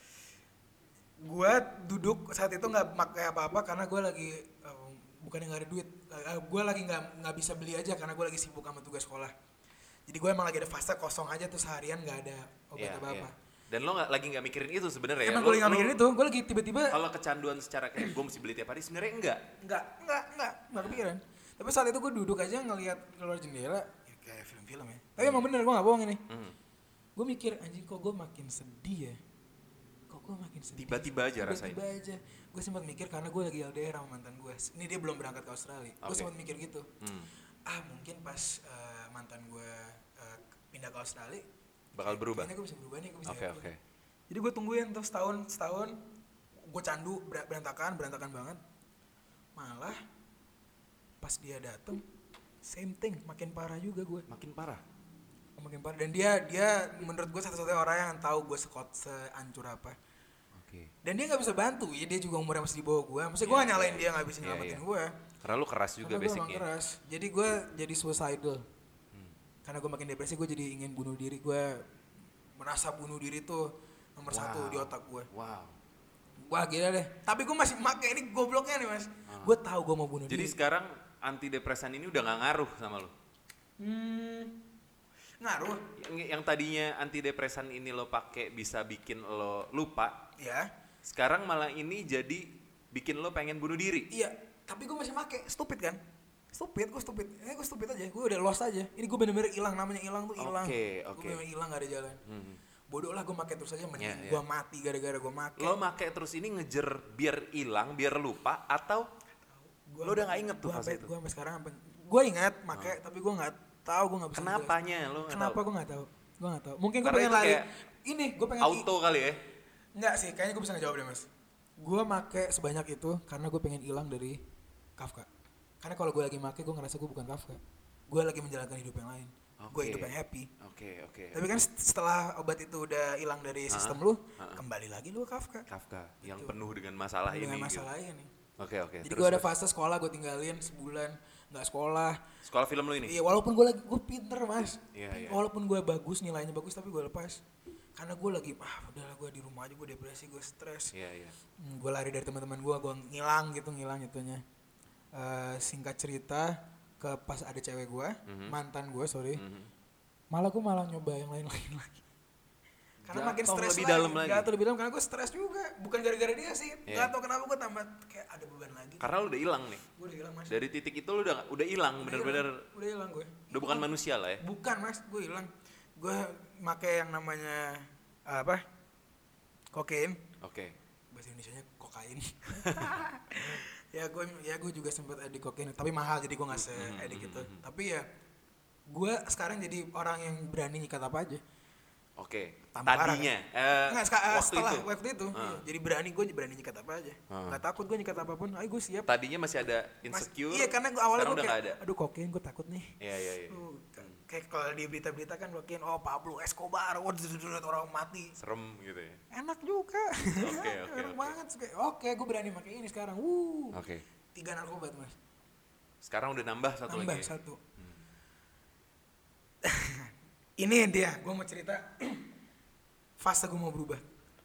Gue duduk saat itu nggak pakai apa-apa karena gue lagi bukannya nggak ada duit. Gue lagi nggak bisa beli aja karena gue lagi sibuk sama tugas sekolah. Jadi gue emang lagi ada fase kosong aja tuh seharian nggak ada obat Iya, apa-apa. iya. Dan lo lagi nggak mikirin itu sebenarnya ya? Emang gue lagi nggak mikirin itu. Gue lagi tiba-tiba Kalau kecanduan secara kayak gue mesti beli tiap hari sebenarnya enggak. nggak kepikiran. Tapi saat itu gue duduk aja ngelihat keluar jendela ya kayak film-film ya. Tapi emang bener gue nggak bohong ini. Gue mikir anjing kok gue makin sedih ya. Tiba-tiba aja rasanya. Tiba-tiba aja. Gue sempat mikir karena gue lagi LDR sama mantan gue. Ini dia belum berangkat ke Australia. Gue Oke. sempat mikir gitu. Mungkin pas mantan gue pindah ke Australia Bakal berubah. kayaknya gue bisa berubah nih, gue bisa Oke. happy. Jadi gue tungguin tuh setahun gue candu berantakan banget. Malah pas dia dateng same thing, makin parah juga gue. Makin parah. Dan dia menurut gue satu-satunya orang yang tahu gue seancur apa. Oke. Dan dia nggak bisa bantu ya, dia juga umurnya masih di bawah gue. Maksudnya gue Iya, nggak nyalain iya. dia nggak bisa Iya, nyelamatin iya. gue. Karena lu keras juga Karena gue emang basicnya. keras. Jadi gue jadi suicidal. Karena gue makin depresi gue jadi ingin bunuh diri. Gue merasa bunuh diri tuh nomor satu di otak gue. Wow. Wah gila deh. Tapi gue masih pakai ini gobloknya nih Mas. Gue tahu gue mau bunuh Jadi diri. sekarang antidepresan ini udah nggak ngaruh sama lo. Ngaruh. Yang tadinya antidepresan ini lo pakai bisa bikin lo lupa, Ya. sekarang malah ini jadi bikin lo pengen bunuh diri. Iya. Tapi gue masih pakai. Stupid kan? Gue stupid aja. Gue udah lost aja. Ini gue bener-bener hilang. Namanya hilang tuh hilang. Oke. Gue bener hilang gak ada jalan. Bodoh lah gue pakai terus aja. Mending Iya, iya. gue mati gara-gara gue pakai. Lo pakai terus ini ngejer biar hilang, biar lupa, atau lo udah nggak inget tuh fase itu? Gue sampai sekarang gue ingat pakai tapi gue nggak tahu, gue nggak bisa Kenapanya lo nggak kenapa tahu? gue nggak tahu. Mungkin gue Karena pengen itu lari kayak ini gue pengen Auto kali ya? enggak sih, kayaknya gue bisa ngejawab deh Mas. Gue make sebanyak itu karena gue pengen hilang dari Kafka. Karena kalau gue lagi make gue ngerasa gue bukan Kafka, gue lagi menjalankan hidup yang lain. Gue Oke. hidup yang happy. Oke. Tapi kan setelah obat itu udah hilang dari sistem lu, kembali lagi lu ke Kafka. Kafka yang penuh dengan masalah Dengan ini. masalah gitu. ini. Oke. Jadi Terus, gue ada terus. fase sekolah gue tinggalin sebulan, nggak sekolah. Sekolah film lo ini? Iya, walaupun gue pinter Mas. Iya. Walaupun gue bagus, nilainya bagus, tapi gue lepas. Karena gue lagi, udahlah gue di rumah aja, gue depresi, gue stres. Iya. Gue lari dari teman-teman gue ngilang itunya. Singkat cerita, ke pas ada cewek gue, mantan gue malah gue nyoba yang lain-lain lagi. Karena makin Jatuh stres lebih lagi. dalam lagi. Jatuh lebih dalam karena gue stres juga. Bukan gara-gara dia sih. Iya. Gak tau kenapa gue tambah kayak ada beban lagi. Karena lo udah hilang nih. Gue udah hilang Mas. Dari titik itu lo udah hilang, bener-bener Udah hilang gue. udah bukan manusia lah ya. Bukan Mas, gue hilang. Gue make yang namanya kokain. Oke. Bahasa Indonesianya kokain. ya gue juga sempat edik kokain, tapi mahal jadi gue nggak se-edik gitu. Tapi ya gue sekarang jadi orang yang berani nyikat apa aja. Oke. Tambah parah, Tadinya Enggak, setelah waktu itu. Ah. Iya. Jadi berani nyikat apa aja. Nggak takut gue nyikat apapun. Ayo gue siap. Tadinya masih ada insecure. Iya, karena gue awalnya sekarang gue udah kayak, nggak ada. aduh kokain gue takut nih. Iya. Kayak kalau di berita-berita kan kokain, oh Pablo Escobar, orang mati. Serem gitu ya. Enak juga. Enak Oke. banget. Oke, gue berani pakai ini sekarang. Oke. 3 narkoba tuh, Mas. Sekarang udah nambah satu Nambah lagi. satu. Ini dia, gue mau cerita fase gue mau berubah.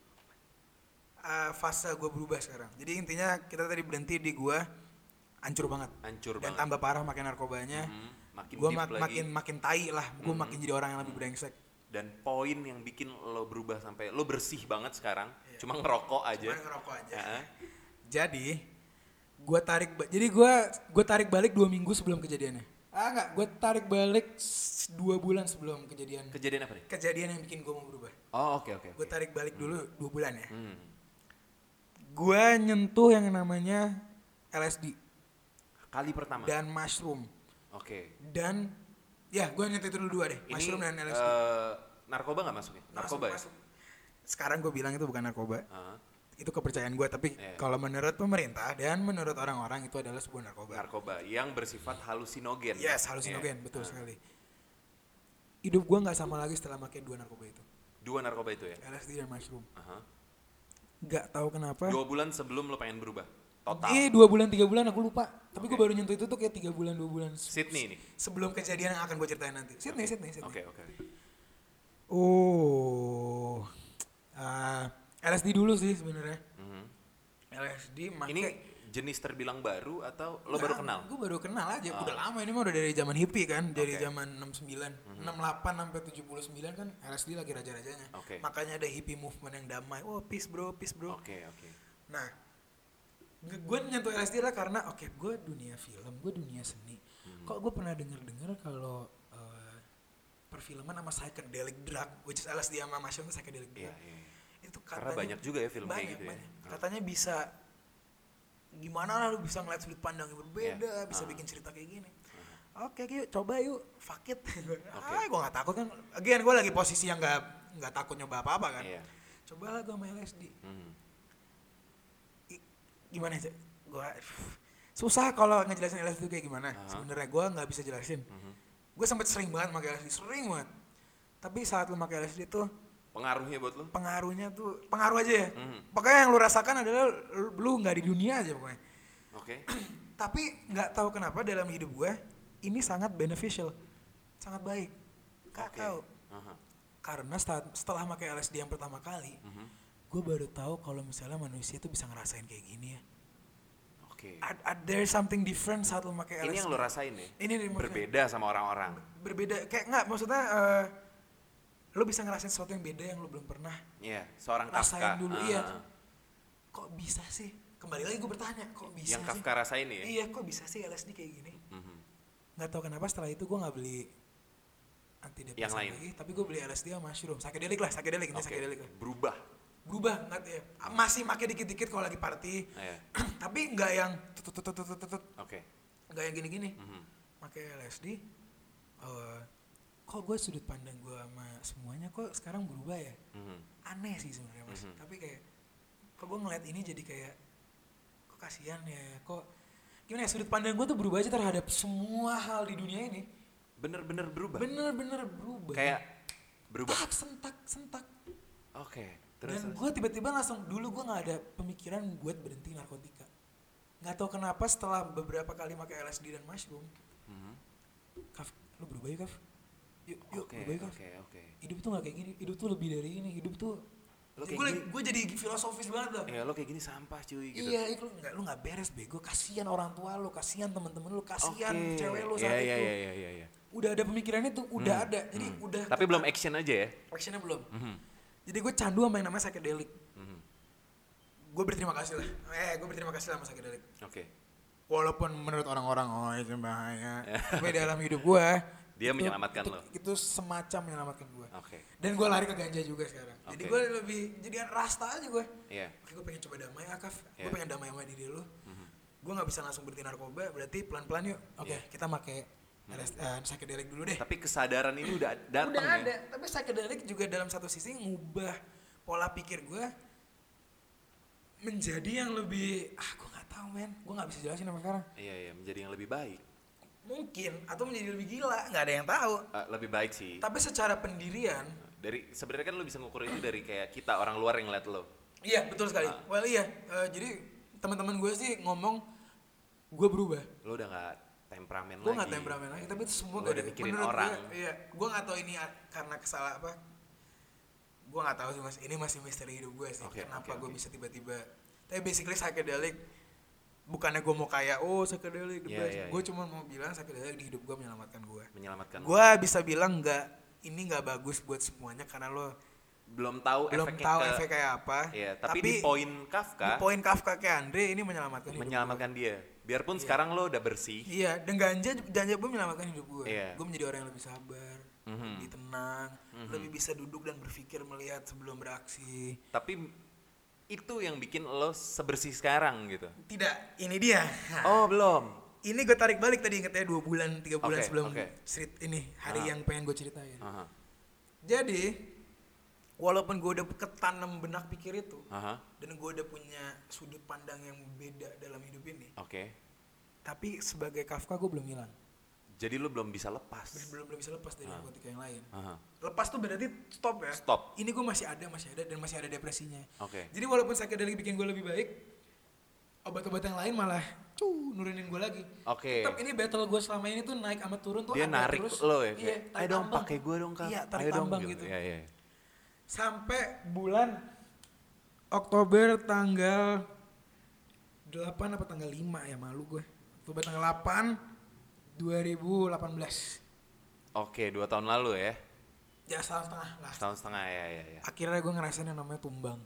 Fase gue berubah sekarang. Jadi intinya kita tadi berhenti di gue hancur banget. Dan tambah parah makin narkobanya. Makin Gue deep lagi. makin tai lah. Gue makin jadi orang yang lebih brengsek. Dan poin yang bikin lo berubah sampai lo bersih banget sekarang, cuma ngerokok aja. Cuma ngerokok aja. Heeh. Jadi gue tarik balik 2 minggu sebelum kejadiannya. Enggak, gue tarik balik 2 bulan sebelum kejadian. Kejadian apa nih? Kejadian yang bikin gue mau berubah. Oh, oke. Gue tarik balik dulu 2 bulan ya. Gue Nyentuh yang namanya LSD kali pertama. dan mushroom. Oke. Dan ya gue nyentuh itu dulu 2 deh. Mushroom dan LSD. Narkoba nggak masuk ya? Narkoba ya? Masuk. Sekarang gue bilang itu bukan narkoba. Heeh. Itu kepercayaan gue. Tapi kalau menurut pemerintah dan menurut orang-orang itu adalah sebuah narkoba. Narkoba yang bersifat halusinogen. Yes, halusinogen, betul sekali. Hidup gue nggak sama lagi setelah pakai 2 narkoba itu. 2 narkoba itu ya? LSD dan mushroom. Aha. Nggak tahu kenapa. 2 bulan sebelum lo pengen berubah? Total? 2 bulan 3 bulan aku lupa. Tapi gue baru nyentuh itu tuh kayak 3 bulan 2 bulan. Sydney ini? Sebelum kejadian yang akan gue ceritain nanti. Sydney. Oke. LSD dulu sih sebenarnya. LSD Ini jenis terbilang baru atau lo baru kenal? Gue baru kenal aja. Udah lama ini mah udah dari zaman hippie kan, dari Oke. zaman 69, 68 sampai 79 kan LSD lagi raja-rajanya. Oke. Makanya ada hippie movement yang damai. Oh, peace bro. Oke. Nah, gue nyentuh LSD lah karena gue dunia film, gue dunia seni. Kok gue pernah denger kalau perfilman sama psychedelic drug, which is LSD sama mushroom itu psychedelic drug. Iya. Itu Karena banyak juga ya film kayak gitu ya. Katanya bisa gimana lah lu bisa ngeliat sudut pandang yang berbeda, bisa bikin cerita kayak gini. Oke, yuk coba yuk, fuck it. Gue gak takut kan. Again, gue lagi posisi yang gak takut nyoba apa-apa kan. Iya. Cobalah gue sama LSD. Gimana sih? Gue susah kalau ngejelasin LSD itu kayak gimana. Sebenarnya gue nggak bisa jelasin. Gue sempet sering banget pakai LSD, sering banget. Tapi saat lu pakai LSD tuh Pengaruhnya buat lo? pengaruh aja ya. Pokoknya yang lu rasakan adalah lu nggak di dunia aja pokoknya. Oke. Tapi nggak tahu kenapa dalam hidup gue ini sangat beneficial, sangat baik. Nggak tahu. Karena setelah pakai LSD yang pertama kali, gue baru tahu kalau misalnya manusia itu bisa ngerasain kayak gini ya. Oke. There's something different saat lu pakai LSD. Ini yang lo rasain ya? Ini berbeda sama orang-orang. Berbeda, kayak nggak maksudnya lu bisa ngerasain sesuatu yang beda yang lu belum pernah Iya, seorang rasain Kafka. dulu. Iya. Kok bisa sih? Kembali lagi gue bertanya, kok bisa Yang sih? Kafka rasain ya? Iya, kok bisa sih LSD kayak gini? Nggak tahu kenapa setelah itu gue nggak beli antidepresan Yang lain? lagi, tapi gue beli LSD sama mushroom, psychedelic lah. Psychedelic lah. Berubah. Nggak ya. Masih pakai dikit-dikit kalau lagi party, Iya. tapi nggak yang tutut, Oke. nggak yang gini-gini. Pakai LSD, kok gue sudut pandang gue sama semuanya kok sekarang berubah ya. Aneh sih sebenarnya mas. Tapi kayak kok gue ngeliat ini jadi kayak kok kasihan ya, kok gimana ya, sudut pandang gue tuh berubah aja terhadap semua hal di dunia ini. Bener-bener berubah? Bener-bener berubah. Kayak berubah? Sentak. Oke. Dan gue tiba-tiba langsung, dulu gue gak ada pemikiran buat berhenti narkotika. Gak tau kenapa setelah beberapa kali pakai LSD dan mushroom, Kaf, lu berubah ya Kaf? Yuk berubah ya Kaf? Oke. Hidup tuh gak kayak gini, hidup tuh lebih dari ini, hidup tuh Lo kayak gue jadi filosofis banget loh. Ya lo kayak gini sampah cuy gitu. Iya, lu nggak beres bego, kasihan orang tua lu, kasihan teman-teman lu, kasihan cewek lu saat itu. Iya. Udah ada pemikirannya tuh, udah ada. Jadi udah. Tapi belum action aja ya? Actionnya belum. Jadi gue candu sama yang namanya psychedelic. Gue berterima kasih lah. Gue berterima kasih lah sama psychedelic. Oke. Walaupun menurut orang-orang itu bahaya, tapi dalam hidup gue Dia menyelamatkan lo. Itu semacam menyelamatkan gue. Oke. Dan gue lari ke ganja juga sekarang. Jadi Oke. gue lebih jadi rasta aja gue. Iya. Oke, gue pengen coba damai Akaf. Iya. Gue pengen damai sama diri lu. Gue nggak bisa langsung berhenti narkoba, berarti pelan-pelan yuk. Oke, kita pakai LSD, psychedelic dulu deh. Tapi kesadaran ini udah datang Udah ya. ada, tapi psychedelic juga dalam satu sisi ngubah pola pikir gue menjadi yang lebih, gue nggak tahu men, gue nggak bisa jelasin sampai sekarang. Iya, menjadi yang lebih baik. Mungkin atau menjadi lebih gila, nggak ada yang tahu. Lebih baik sih. Tapi secara pendirian, Dari sebenarnya kan lo bisa ngukur itu dari kayak kita orang luar yang ngeliat lo. iya betul sekali. Well iya, jadi teman-teman gue sih ngomong gue berubah. Lo udah nggak temperamen Gue lagi. nggak temperamen lagi, tapi itu semua Lo udah mikirin menurut orang. Gue, iya, gue nggak tahu ini karena kesalahan apa. Gue nggak tahu sih mas, ini masih misteri hidup gue sih. Kenapa gue bisa tiba-tiba. Tapi basically psychedelic, bukannya gue mau kayak psychedelic the best. Gue cuma mau bilang psychedelic di hidup gue menyelamatkan gue. Gue Bisa bilang ini nggak bagus buat semuanya karena lo belum tahu efek kayak apa. Iya, tapi di poin Kafka kayak Andre ini menyelamatkan dia. Biarpun sekarang lo udah bersih. Iya, dan ganja pun menyelamatkan hidup gue. Iya. Gue menjadi orang yang lebih sabar, lebih tenang, lebih bisa duduk dan berpikir melihat sebelum beraksi. Tapi itu yang bikin lo sebersih sekarang gitu. Tidak, ini dia. Oh, belum. Ini gue tarik balik tadi ingetnya 2 bulan, 3 bulan sebelum hari yang pengen gue ceritain. Jadi, walaupun gue udah ketanam benak pikir itu, dan gue udah punya sudut pandang yang beda dalam hidup ini, tapi sebagai Kafka gue belum hilang. Jadi lo belum bisa lepas. Belum bisa lepas dari narkotika yang lain. Lepas tuh berarti stop ya. Stop. Ini gue masih ada dan masih ada depresinya. Oke. Jadi walaupun psychedelic bikin gue lebih baik, obat-obat yang lain malah nurunin gue lagi. Oke. Tetap ini battle gue selama ini tuh naik sama turun tuh dia ada narik terus. lo ya. Iya, Ayo dong pakai gue dong Kak. Iya, tarik Ayo tambang dong, gitu. Iya. Sampai bulan Oktober tanggal 8 apa tanggal 5 ya, malu gue. Oktober tanggal 8 2018. Oke, 2 tahun lalu ya. Ya setahun setengah lah. Setahun setengah ya. Akhirnya gue ngerasain yang namanya tumbang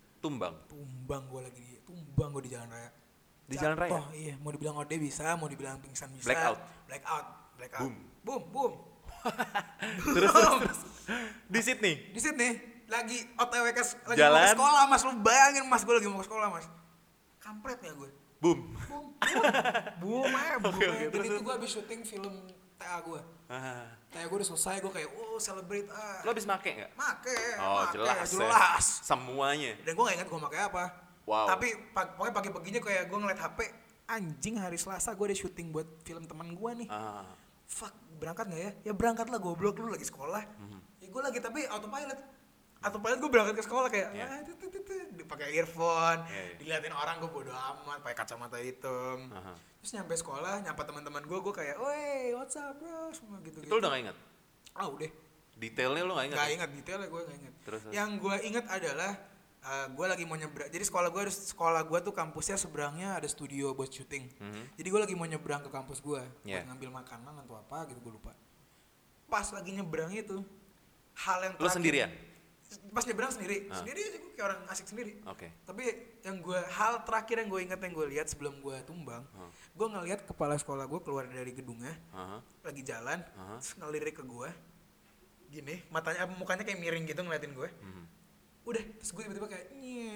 gue di jalan raya. Di jalan raya? Iya, mau dibilang ode bisa, mau dibilang pingsan bisa. Blackout. Boom. terus. Di Sydney. Lagi OTW lagi jalan. mau ke sekolah mas, lu bayangin mas, gue lagi mau ke sekolah mas. Kampretnya gue. Boom. Dan itu gue habis syuting film TA gue. TA gue udah selesai, gue kayak celebrate. Lo habis make gak? Make. Jelas. Semuanya. Dan gue gak ingat gue make apa. Wow. Tapi pokoknya pagi-paginya kayak gue ngeliat HP, anjing hari Selasa gue ada syuting buat film teman gue nih. Fuck, berangkat gak ya? Ya berangkat lah, goblok, lu lagi sekolah. Ya gue lagi tapi autopilot gue berangkat ke sekolah kayak pakai earphone, diliatin orang, gue bodo amat, pakai kacamata hitam. Terus nyampe sekolah, nyapa teman-teman gue kayak, "Woi, what's up, bro?" Semua gitu. Itu lo udah gak ingat? Udah. Detailnya lo gak ingat? Gak ingat detailnya, gue gak ingat. Terus? Yang gue ingat adalah gue lagi mau nyebrang. Jadi sekolah gue tuh kampusnya seberangnya ada studio buat syuting. Jadi gue lagi mau nyebrang ke kampus gue buat ngambil makanan atau apa gitu, gue lupa. Pas lagi nyebrang itu, hal yang lo sendirian? Pas nyebrang sendiri aja, gue kayak orang asik sendiri. Oke. Tapi hal terakhir yang gue ingat, yang gue lihat sebelum gue tumbang, gue ngeliat kepala sekolah gue keluar dari gedungnya, lagi jalan, terus ngelirik ke gue, gini, mukanya kayak miring gitu ngeliatin gue. Udah, terus gue tiba-tiba kayak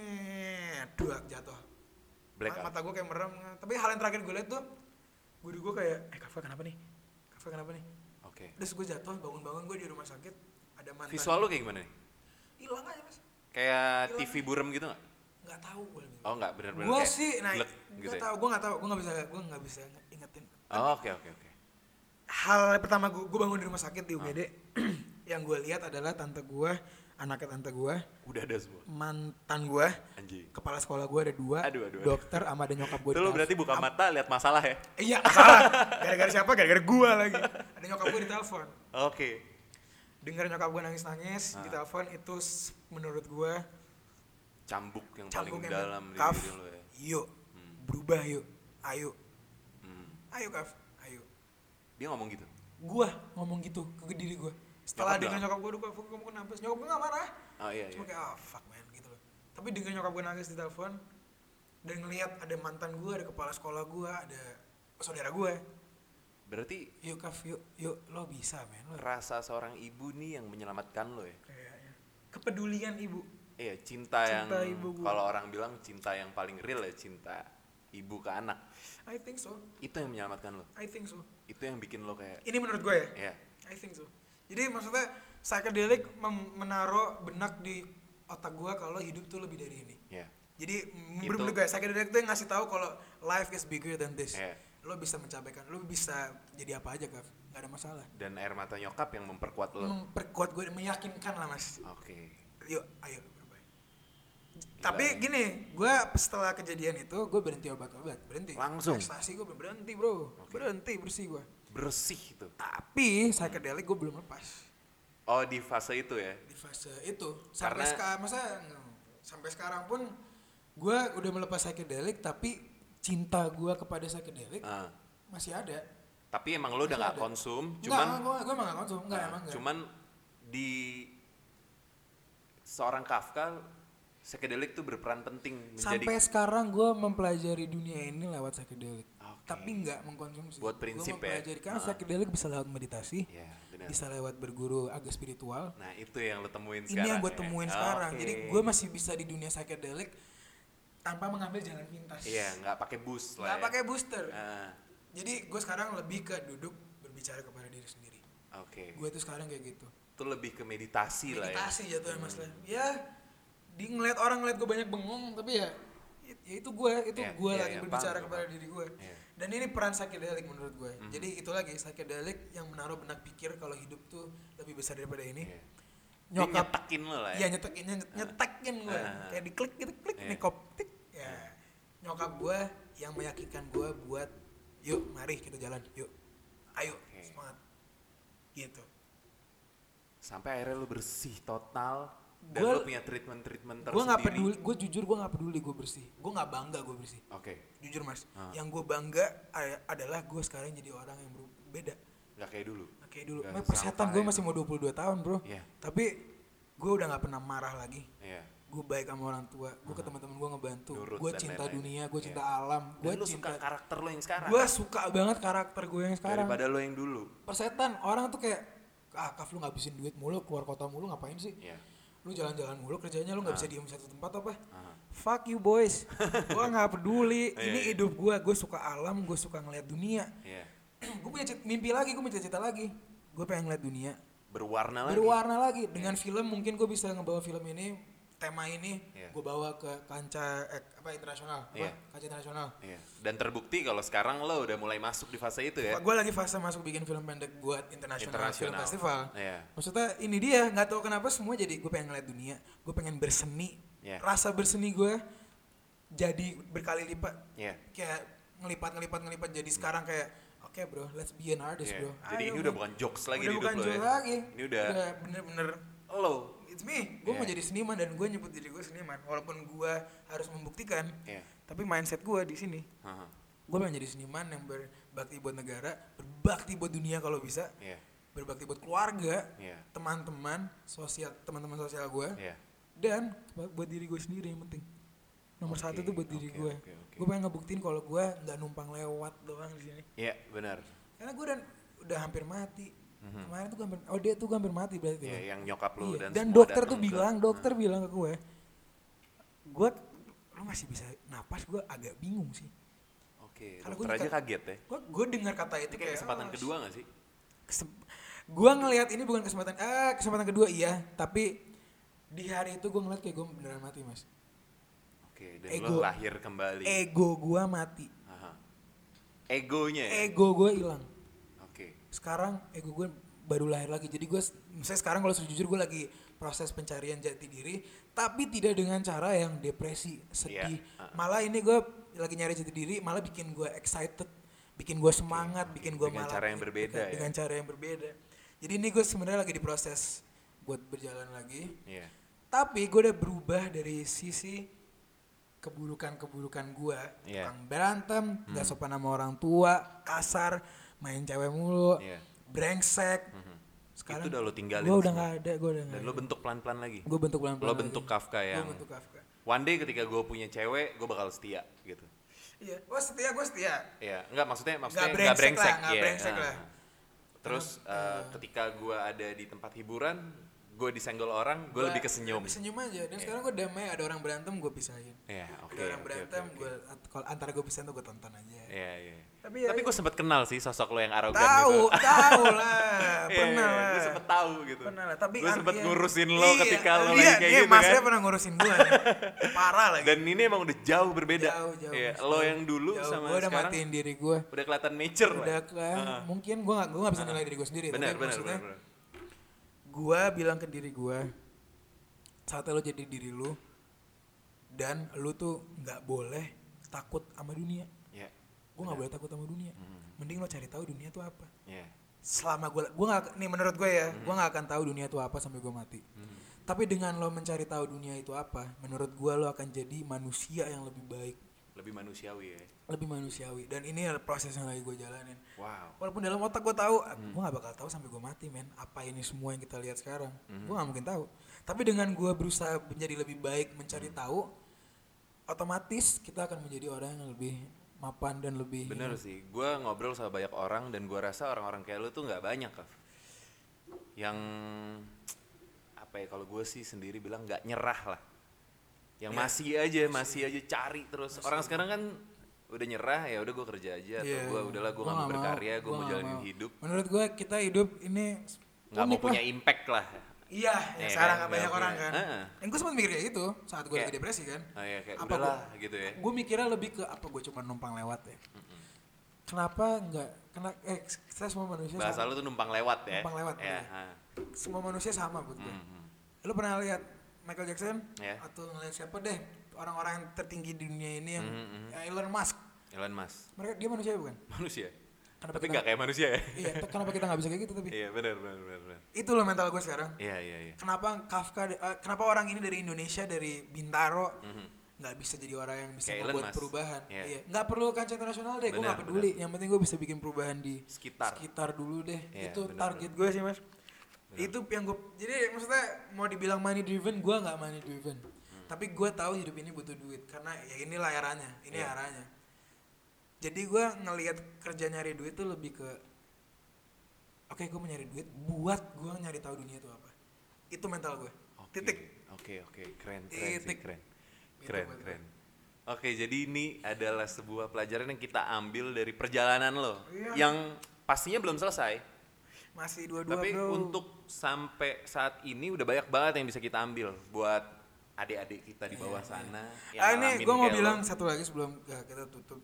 jatuh. Mata gue kayak merem. Tapi hal yang terakhir gue lihat tuh, gue kayak, Kafka kenapa nih? Oke. Terus gue jatuh, bangun-bangun gue di rumah sakit, ada mantan. Visual lo kayak gimana nih? Hilang aja mas. Kayak TV burem gitu nggak? Nggak tahu gue. Oh nggak, benar-benar Gue kayak sih, gitu ya? gue nggak tahu, gue nggak bisa ingetin. Oke. Hal pertama gue bangun di rumah sakit di UGD, yang gue lihat adalah tante gue, anaknya tante gue, udah ada semua. mantan gue, Anjing. kepala sekolah gue ada 2, Aduh. dokter sama ada nyokap gue. Itu lo berarti buka mata lihat masalah ya? Iya, salah. Gara-gara siapa? Gara-gara gue lagi. Ada nyokap gue di telepon. Oke. Dengar nyokap gue nangis di telepon, itu menurut gue Cambuk yang paling dalam di Kaf, diri lo ya. yuk, berubah yuk, ayo. Ayo Kaf, ayo. Dia ngomong gitu? Gua ngomong gitu ke diri gue. Setelah dengar nyokap gue, kamu kenapa? Nyokap gue gak marah. Cuma kayak fuck man gitu loh. Tapi dengar nyokap gue nangis di telepon dan ngelihat ada mantan gue, ada kepala sekolah gue, ada saudara gue. Berarti Yuk Kaf, yuk lo bisa men. rasa seorang ibu nih yang menyelamatkan lo ya? Kayaknya. Kepedulian ibu. Iya, cinta yang ibu gua. kalau orang bilang cinta yang paling real ya cinta ibu ke anak. I think so. Itu yang menyelamatkan lo. I think so. Itu yang bikin lo kayak Ini menurut gue ya. ya. I think so. Jadi maksudnya psychedelic menaruh benak di otak gue kalau hidup tuh lebih dari ini. Ya. Jadi Itu- menurut gue psychedelic tuh yang ngasih tahu kalau life is bigger than this. Iya. Lo bisa mencapaikan, lo bisa jadi apa aja, Gav. Gak ada masalah. Dan air mata nyokap yang memperkuat lo. Memperkuat gue, meyakinkan lah, Mas. Oke. Yuk, ayo berubah. Tapi gini, gue setelah kejadian itu gue berhenti obat-obat, berhenti. Langsung? Ekstasi gue berhenti, bro. Oke. Berhenti, bersih gue. Bersih itu. Tapi psychedelic gue belum lepas Oh, di fase itu ya. di fase itu. Sampai Karena- sampai sekarang pun gue udah melepas psychedelic, tapi cinta gue kepada psychedelic Ah. masih ada. Tapi emang lo udah Masih nggak ada. konsum, Enggak, cuman gue emang gak konsum, enggak ah, emang enggak. cuman di seorang Kafka psychedelic tuh berperan penting menjadi Sampai sekarang gue mempelajari dunia ini lewat psychedelic. Oke. Tapi nggak mengkonsumsi. Buat prinsip Gua ya? mempelajari, karena psychedelic bisa lewat meditasi, ya benar. bisa lewat berguru agak spiritual. Nah itu yang lo temuin Ini sekarang. yang gue ya? temuin sekarang. Oke. Jadi gue masih bisa di dunia psychedelic tanpa mengambil jalan pintas. Iya nggak pakai bus lah. Nggak ya. pakai booster. Ah, Jadi gue sekarang lebih ke duduk berbicara kepada diri sendiri. Oke. Gue tuh sekarang kayak gitu. Itu lebih ke meditasi, lah ya. Meditasi jatuhnya Mas lah. Ya di ngeliat orang ngeliat gue banyak bengong, tapi ya itu gue Iya, gue iya, lagi iya, berbicara paham, kepada paham. diri gue. Iya. Dan ini peran psychedelic menurut gue. Jadi itu lagi psychedelic yang menaruh benak pikir kalau hidup tuh lebih besar daripada ini. Iya. Dia Nyokap, nyetekin lo lah iya ya. nyetekin gue, kayak diklik gitu, klik Iya. nih tik. Ya nyokap gue yang meyakinkan gue buat yuk mari kita jalan, yuk ayo Oke. semangat gitu. Sampai akhirnya lo bersih total dan Gua- lo punya treatment tersendiri. Gue nggak peduli, gue jujur gue nggak peduli gue bersih, gue nggak bangga gue bersih. Oke. Jujur Mas, Ah. yang gue bangga adalah gue sekarang jadi orang yang berbeda. Nggak kayak dulu. Nah, kayak dulu, Nggak persetan gue sampai. masih mau 22 tahun bro. Iya. Tapi gue udah nggak pernah marah lagi. Iya. Gue baik sama orang tua, gue ke teman-teman gue ngebantu, Nurut gue dan cinta lain-lain. dunia, gue cinta Iya. alam, gue Dan lo cinta. suka karakter lo yang sekarang. Gue suka banget karakter gue yang sekarang. Daripada lo yang dulu. Persetan, orang tuh kayak, Kaf lu ngabisin duit mulu, keluar kota mulu ngapain sih? Iya. Lu jalan-jalan mulu, kerjanya lu nggak bisa diem satu tempat apa? Ah. Fuck you boys, gue nggak peduli. Iya, Ini iya. hidup gue suka alam, gue suka ngeliat dunia. Iya. Gue punya mimpi lagi, gue punya cita-cita lagi. Gue pengen ngeliat dunia Berwarna lagi. berwarna lagi. Dengan film mungkin gue bisa ngebawa film ini, tema ini, Iya. gue bawa ke kancah internasional, Iya. kancah internasional. Iya. Dan terbukti kalau sekarang lo udah mulai masuk di fase itu ya. Gue lagi fase masuk bikin film pendek buat internasional film festival. Iya. Maksudnya ini dia, nggak tahu kenapa semua jadi gue pengen ngeliat dunia, gue pengen berseni. Iya. Rasa berseni gue jadi berkali lipat. Iya. Kayak ngelipat jadi sekarang kayak oke bro, let's be an artist Iya. bro. Jadi Ayo, ini bro. udah bukan jokes lagi Udah di hidup bukan lo joke ya. lagi. Ini udah bener-bener lo. it's me. Gue mau Iya. jadi seniman dan gue nyebut diri gue seniman. Walaupun gue harus membuktikan, Iya. tapi mindset gue di sini. Haha. Gue pengen jadi seniman yang berbakti buat negara, berbakti buat dunia kalau bisa, Iya. berbakti buat keluarga, Iya. teman-teman teman-teman sosial gue, Iya. dan buat diri gue sendiri yang penting. Nomor Oke, satu tuh buat diri oke, gue. oke, oke. Gue pengen ngebuktiin kalau gue nggak numpang lewat doang di sini. Iya, benar. Karena gue udah hampir mati. Kemarin tuh dia tuh hampir mati berarti. Iya, loh. yang nyokap lo Iya, dan dan semua dokter datang tuh ke- bilang, bilang ke gue, lo masih bisa napas. Gue agak bingung sih. Oke, Kalau dokter gua aja juga- kaget ya. Gue dengar kata itu Itu kayak kesempatan oh, kedua gak sih? Gue ngelihat ini bukan kesempatan kedua iya, tapi di hari itu gue ngeliat kayak gue beneran mati mas. Oke, dan Ego. lo lahir kembali. Ego gue mati, Aha. Egonya ya? ego gue hilang. Oke. Sekarang ego gue baru lahir lagi. Jadi gue, misalnya sekarang kalau sejujur gue lagi proses pencarian jati diri, tapi tidak dengan cara yang depresi, sedih. Iya, Malah ini gue lagi nyari jati diri, malah bikin gue excited, bikin gue semangat, bikin gue Dengan malah cara yang berbeda ya? dengan cara yang berbeda. Jadi ini gue sebenarnya lagi diproses buat berjalan lagi. Iya. Tapi gue udah berubah dari sisi keburukan gue, Iya. tukang berantem, gak sopan sama orang tua, kasar, main cewek mulu, Iya. brengsek. Sekarang Itu udah lo tinggalin gue udah semua. nggak ada, gue udah Dan nggak lo ada. bentuk pelan-pelan lagi. Gue bentuk pelan-pelan. Lo bentuk Kafka yang Gue bentuk Kafka. one day ketika gue punya cewek, gue bakal setia gitu. Iya, gue setia. Iya, enggak maksudnya Nggak nggak brengsek brengsek, lah, nggak iya. brengsek Nah. lah. Terus ketika gue ada di tempat hiburan, gue disenggol orang, gue lebih ke senyum. Lebih senyum aja. Dan sekarang gue damai, ada orang berantem gue pisahin. Iya, oke. Ada orang berantem, kalau antara gue pisahin tuh gue tonton aja. Iya, iya. Tapi ya, gue sempet kenal sih sosok lo yang arogan tahu lah, Iya, pernah lah. gue sempet tahu gitu. Pernah lah, tapi gue sempet iya. ngurusin lo ketika lo lagi kayak gitu Mas kan. Ria pernah ngurusin gue. Parah lagi. Dan ini emang udah jauh berbeda. Jauh. Iya, lo yang dulu Jauh. sama Gue udah sekarang matiin diri gue. udah kelihatan mature Udah lah. mungkin gue nggak bisa nilai diri gue sendiri. Benar, tapi benar, maksudnya benar. gue bilang ke diri gue, saatnya lo jadi diri lo, dan lo tuh nggak boleh takut sama dunia. Iya. Gue nggak boleh takut sama dunia. Mending lo cari tahu dunia tuh apa. Iya. Selama gue nggak, nih menurut gue ya, gue nggak akan tahu dunia itu apa sampai gue mati. Tapi dengan lo mencari tahu dunia itu apa, menurut gue lo akan jadi manusia yang lebih baik, Lebih manusiawi ya. lebih manusiawi. Dan ini adalah proses yang lagi gue jalanin. Wow. Walaupun dalam otak gue tahu, gue nggak bakal tahu sampai gue mati, men. Apa ini semua yang kita lihat sekarang? Gue nggak mungkin tahu. Tapi dengan gue berusaha menjadi lebih baik, mencari tahu, otomatis kita akan menjadi orang yang lebih mapan dan lebih. Bener sih, gue ngobrol sama banyak orang dan gue rasa orang-orang kayak lu tuh nggak banyak, Kaf. Yang apa ya, kalau gue sih sendiri bilang nggak nyerah lah. Yang masih aja cari terus. Orang sekarang kan udah nyerah, ya udah gue kerja aja atau gue udahlah gue nggak mau berkarya, gue mau jalanin hidup. Menurut gue kita hidup ini Nggak mau unik punya lah. impact lah. Iya, Iya sekarang kan, nggak banyak nggak orang punya. kan. Dan gue sempat mikir kayak gitu saat gue Kayak, lagi depresi kan. Oh iya, kayak Apa udahlah gitu ya. Gue mikirnya lebih ke apa gue cuma numpang lewat ya. Kenapa nggak? Kita semua manusia Bahasa sama. lu tuh numpang lewat ya. Numpang lewat, Ya. iya. Semua manusia sama buat gue. Lu pernah lihat Michael Jackson? Ya. Atau ngeliat siapa deh orang-orang yang tertinggi di dunia ini yang Elon Musk? Elon Musk. Mereka dia manusia bukan? Manusia. Kenapa Tapi kita- nggak kayak manusia ya. Iya, kenapa kita nggak bisa kayak gitu tapi? Iya, benar. Itu loh mental gue sekarang. Iya. Kenapa Kafka, kenapa orang ini dari Indonesia, dari Bintaro nggak bisa jadi orang yang bisa Kayak Elon membuat Musk. perubahan? Iya. Iya, nggak perlu kancah internasional deh, gue Benar, nggak peduli. Yang penting gue bisa bikin perubahan di Sekitar. dulu deh. Iya, Itu benar, target gue sih mas. Itu yang gue, jadi maksudnya mau dibilang money driven, gue nggak money driven. Tapi gue tahu hidup ini butuh duit karena ya inilah eranya, ini Iya. eranya. Jadi gue ngelihat kerja nyari duit tuh lebih ke, oke gue mau nyari duit buat gue nyari tahu dunia itu apa. Itu mental gue. Titik. Oke, keren sih, Titik. keren. Itu Keren. buat gue. Oke, jadi ini adalah sebuah pelajaran yang kita ambil dari perjalanan lo, Iya. yang pastinya belum selesai. Masih dua-dua Tapi bro. untuk sampai saat ini udah banyak banget yang bisa kita ambil buat adik-adik kita di bawah sana. Yang Ini ngalamin gue mau kayak bilang lo. satu lagi sebelum kita tutup.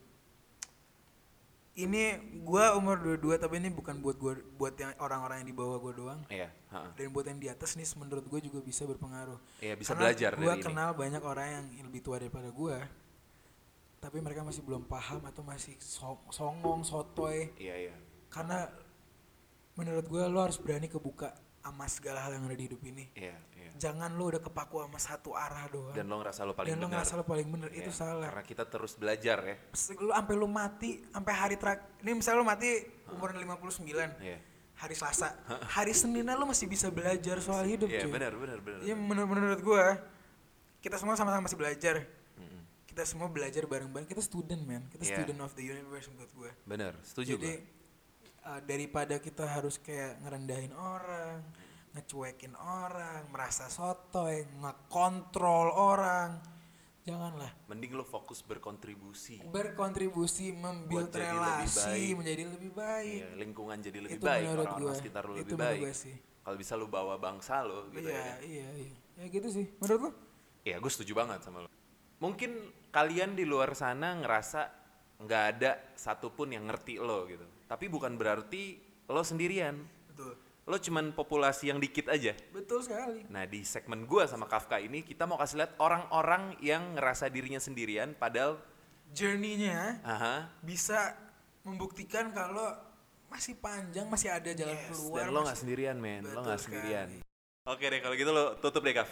Ini gue umur 22 tapi ini bukan buat yang orang-orang yang di bawah gue doang. Iya, ha-ha. Dan buat yang di atas nih menurut gue juga bisa berpengaruh. Iya, bisa Karena belajar gue dari ini. kenal banyak orang yang lebih tua daripada gue, tapi mereka masih belum paham atau masih songong, sotoy. Iya. Karena menurut gue lo harus berani kebuka sama segala hal yang ada di hidup ini. Iya. Jangan lo udah kepaku sama satu arah doang. Dan lo ngerasa lo paling Dan lo benar. ngerasa lo paling bener, Iya, itu salah. Karena kita terus belajar ya. Lu sampai lu mati, sampai hari terakhir. Ini misalnya lu mati umur 59. Iya. Hari Selasa. Hari Senin lu masih bisa belajar soal hidup, Iya, cuy. benar. Iya, menurut gua kita semua sama-sama masih belajar. Kita semua belajar bareng-bareng. Kita student, man. Kita Iya. student of the universe menurut gua. Benar, setuju Jadi daripada kita harus kayak ngerendahin orang, ngecuekin orang, merasa sotoy, ngekontrol orang, janganlah. Mending lo fokus berkontribusi. Berkontribusi, membuild Buat jadi lebih relasi baik. menjadi lebih baik. Iya, lingkungan jadi lebih Itu baik, menurut orang-orang gua. sekitar lo Itu lebih menurut baik. gua sih. Kalau bisa lo bawa bangsa lo gitu ya. Iya. Ya gitu sih. Menurut lo? Iya, gue setuju banget sama lo. Mungkin kalian di luar sana ngerasa nggak ada satupun yang ngerti lo gitu. Tapi bukan berarti lo sendirian. Betul. Lo cuman populasi yang dikit aja. Betul sekali. Nah, di segmen gua sama Kafka ini kita mau kasih lihat orang-orang yang ngerasa dirinya sendirian padahal Journey-nya bisa bisa membuktikan kalau masih panjang, masih ada jalan keluar. dan lo nggak masih- sendirian, men. Lo Betul nggak sekali. sendirian. Oke deh, kalau gitu lo tutup deh, Kaf.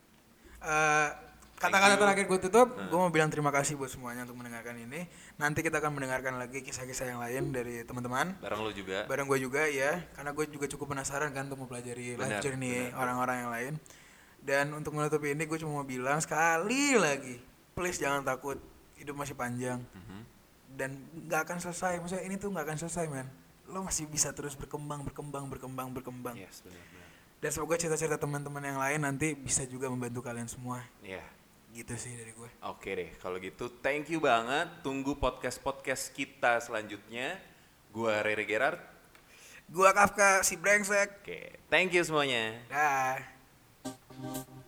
Kata-kata you. terakhir gue tutup, gue mau bilang terima kasih buat semuanya untuk mendengarkan ini. Nanti kita akan mendengarkan lagi kisah-kisah yang lain dari teman-teman. Bareng lo juga. Bareng gue juga ya, karena gue juga cukup penasaran kan untuk mempelajari life journey orang-orang yang lain. Dan untuk menutup ini gue cuma mau bilang sekali lagi, please jangan takut, hidup masih panjang. Dan nggak akan selesai, maksudnya ini tuh nggak akan selesai, man. Lo masih bisa terus berkembang. Yes, benar. Dan semoga cerita-cerita teman-teman yang lain nanti bisa juga membantu kalian semua. Iya. Gitu sih dari gue. Oke deh, kalau gitu thank you banget. Tunggu podcast-podcast kita selanjutnya. Gua Rere Gerard. Gua Kafka si brengsek. Oke, thank you semuanya. Dah.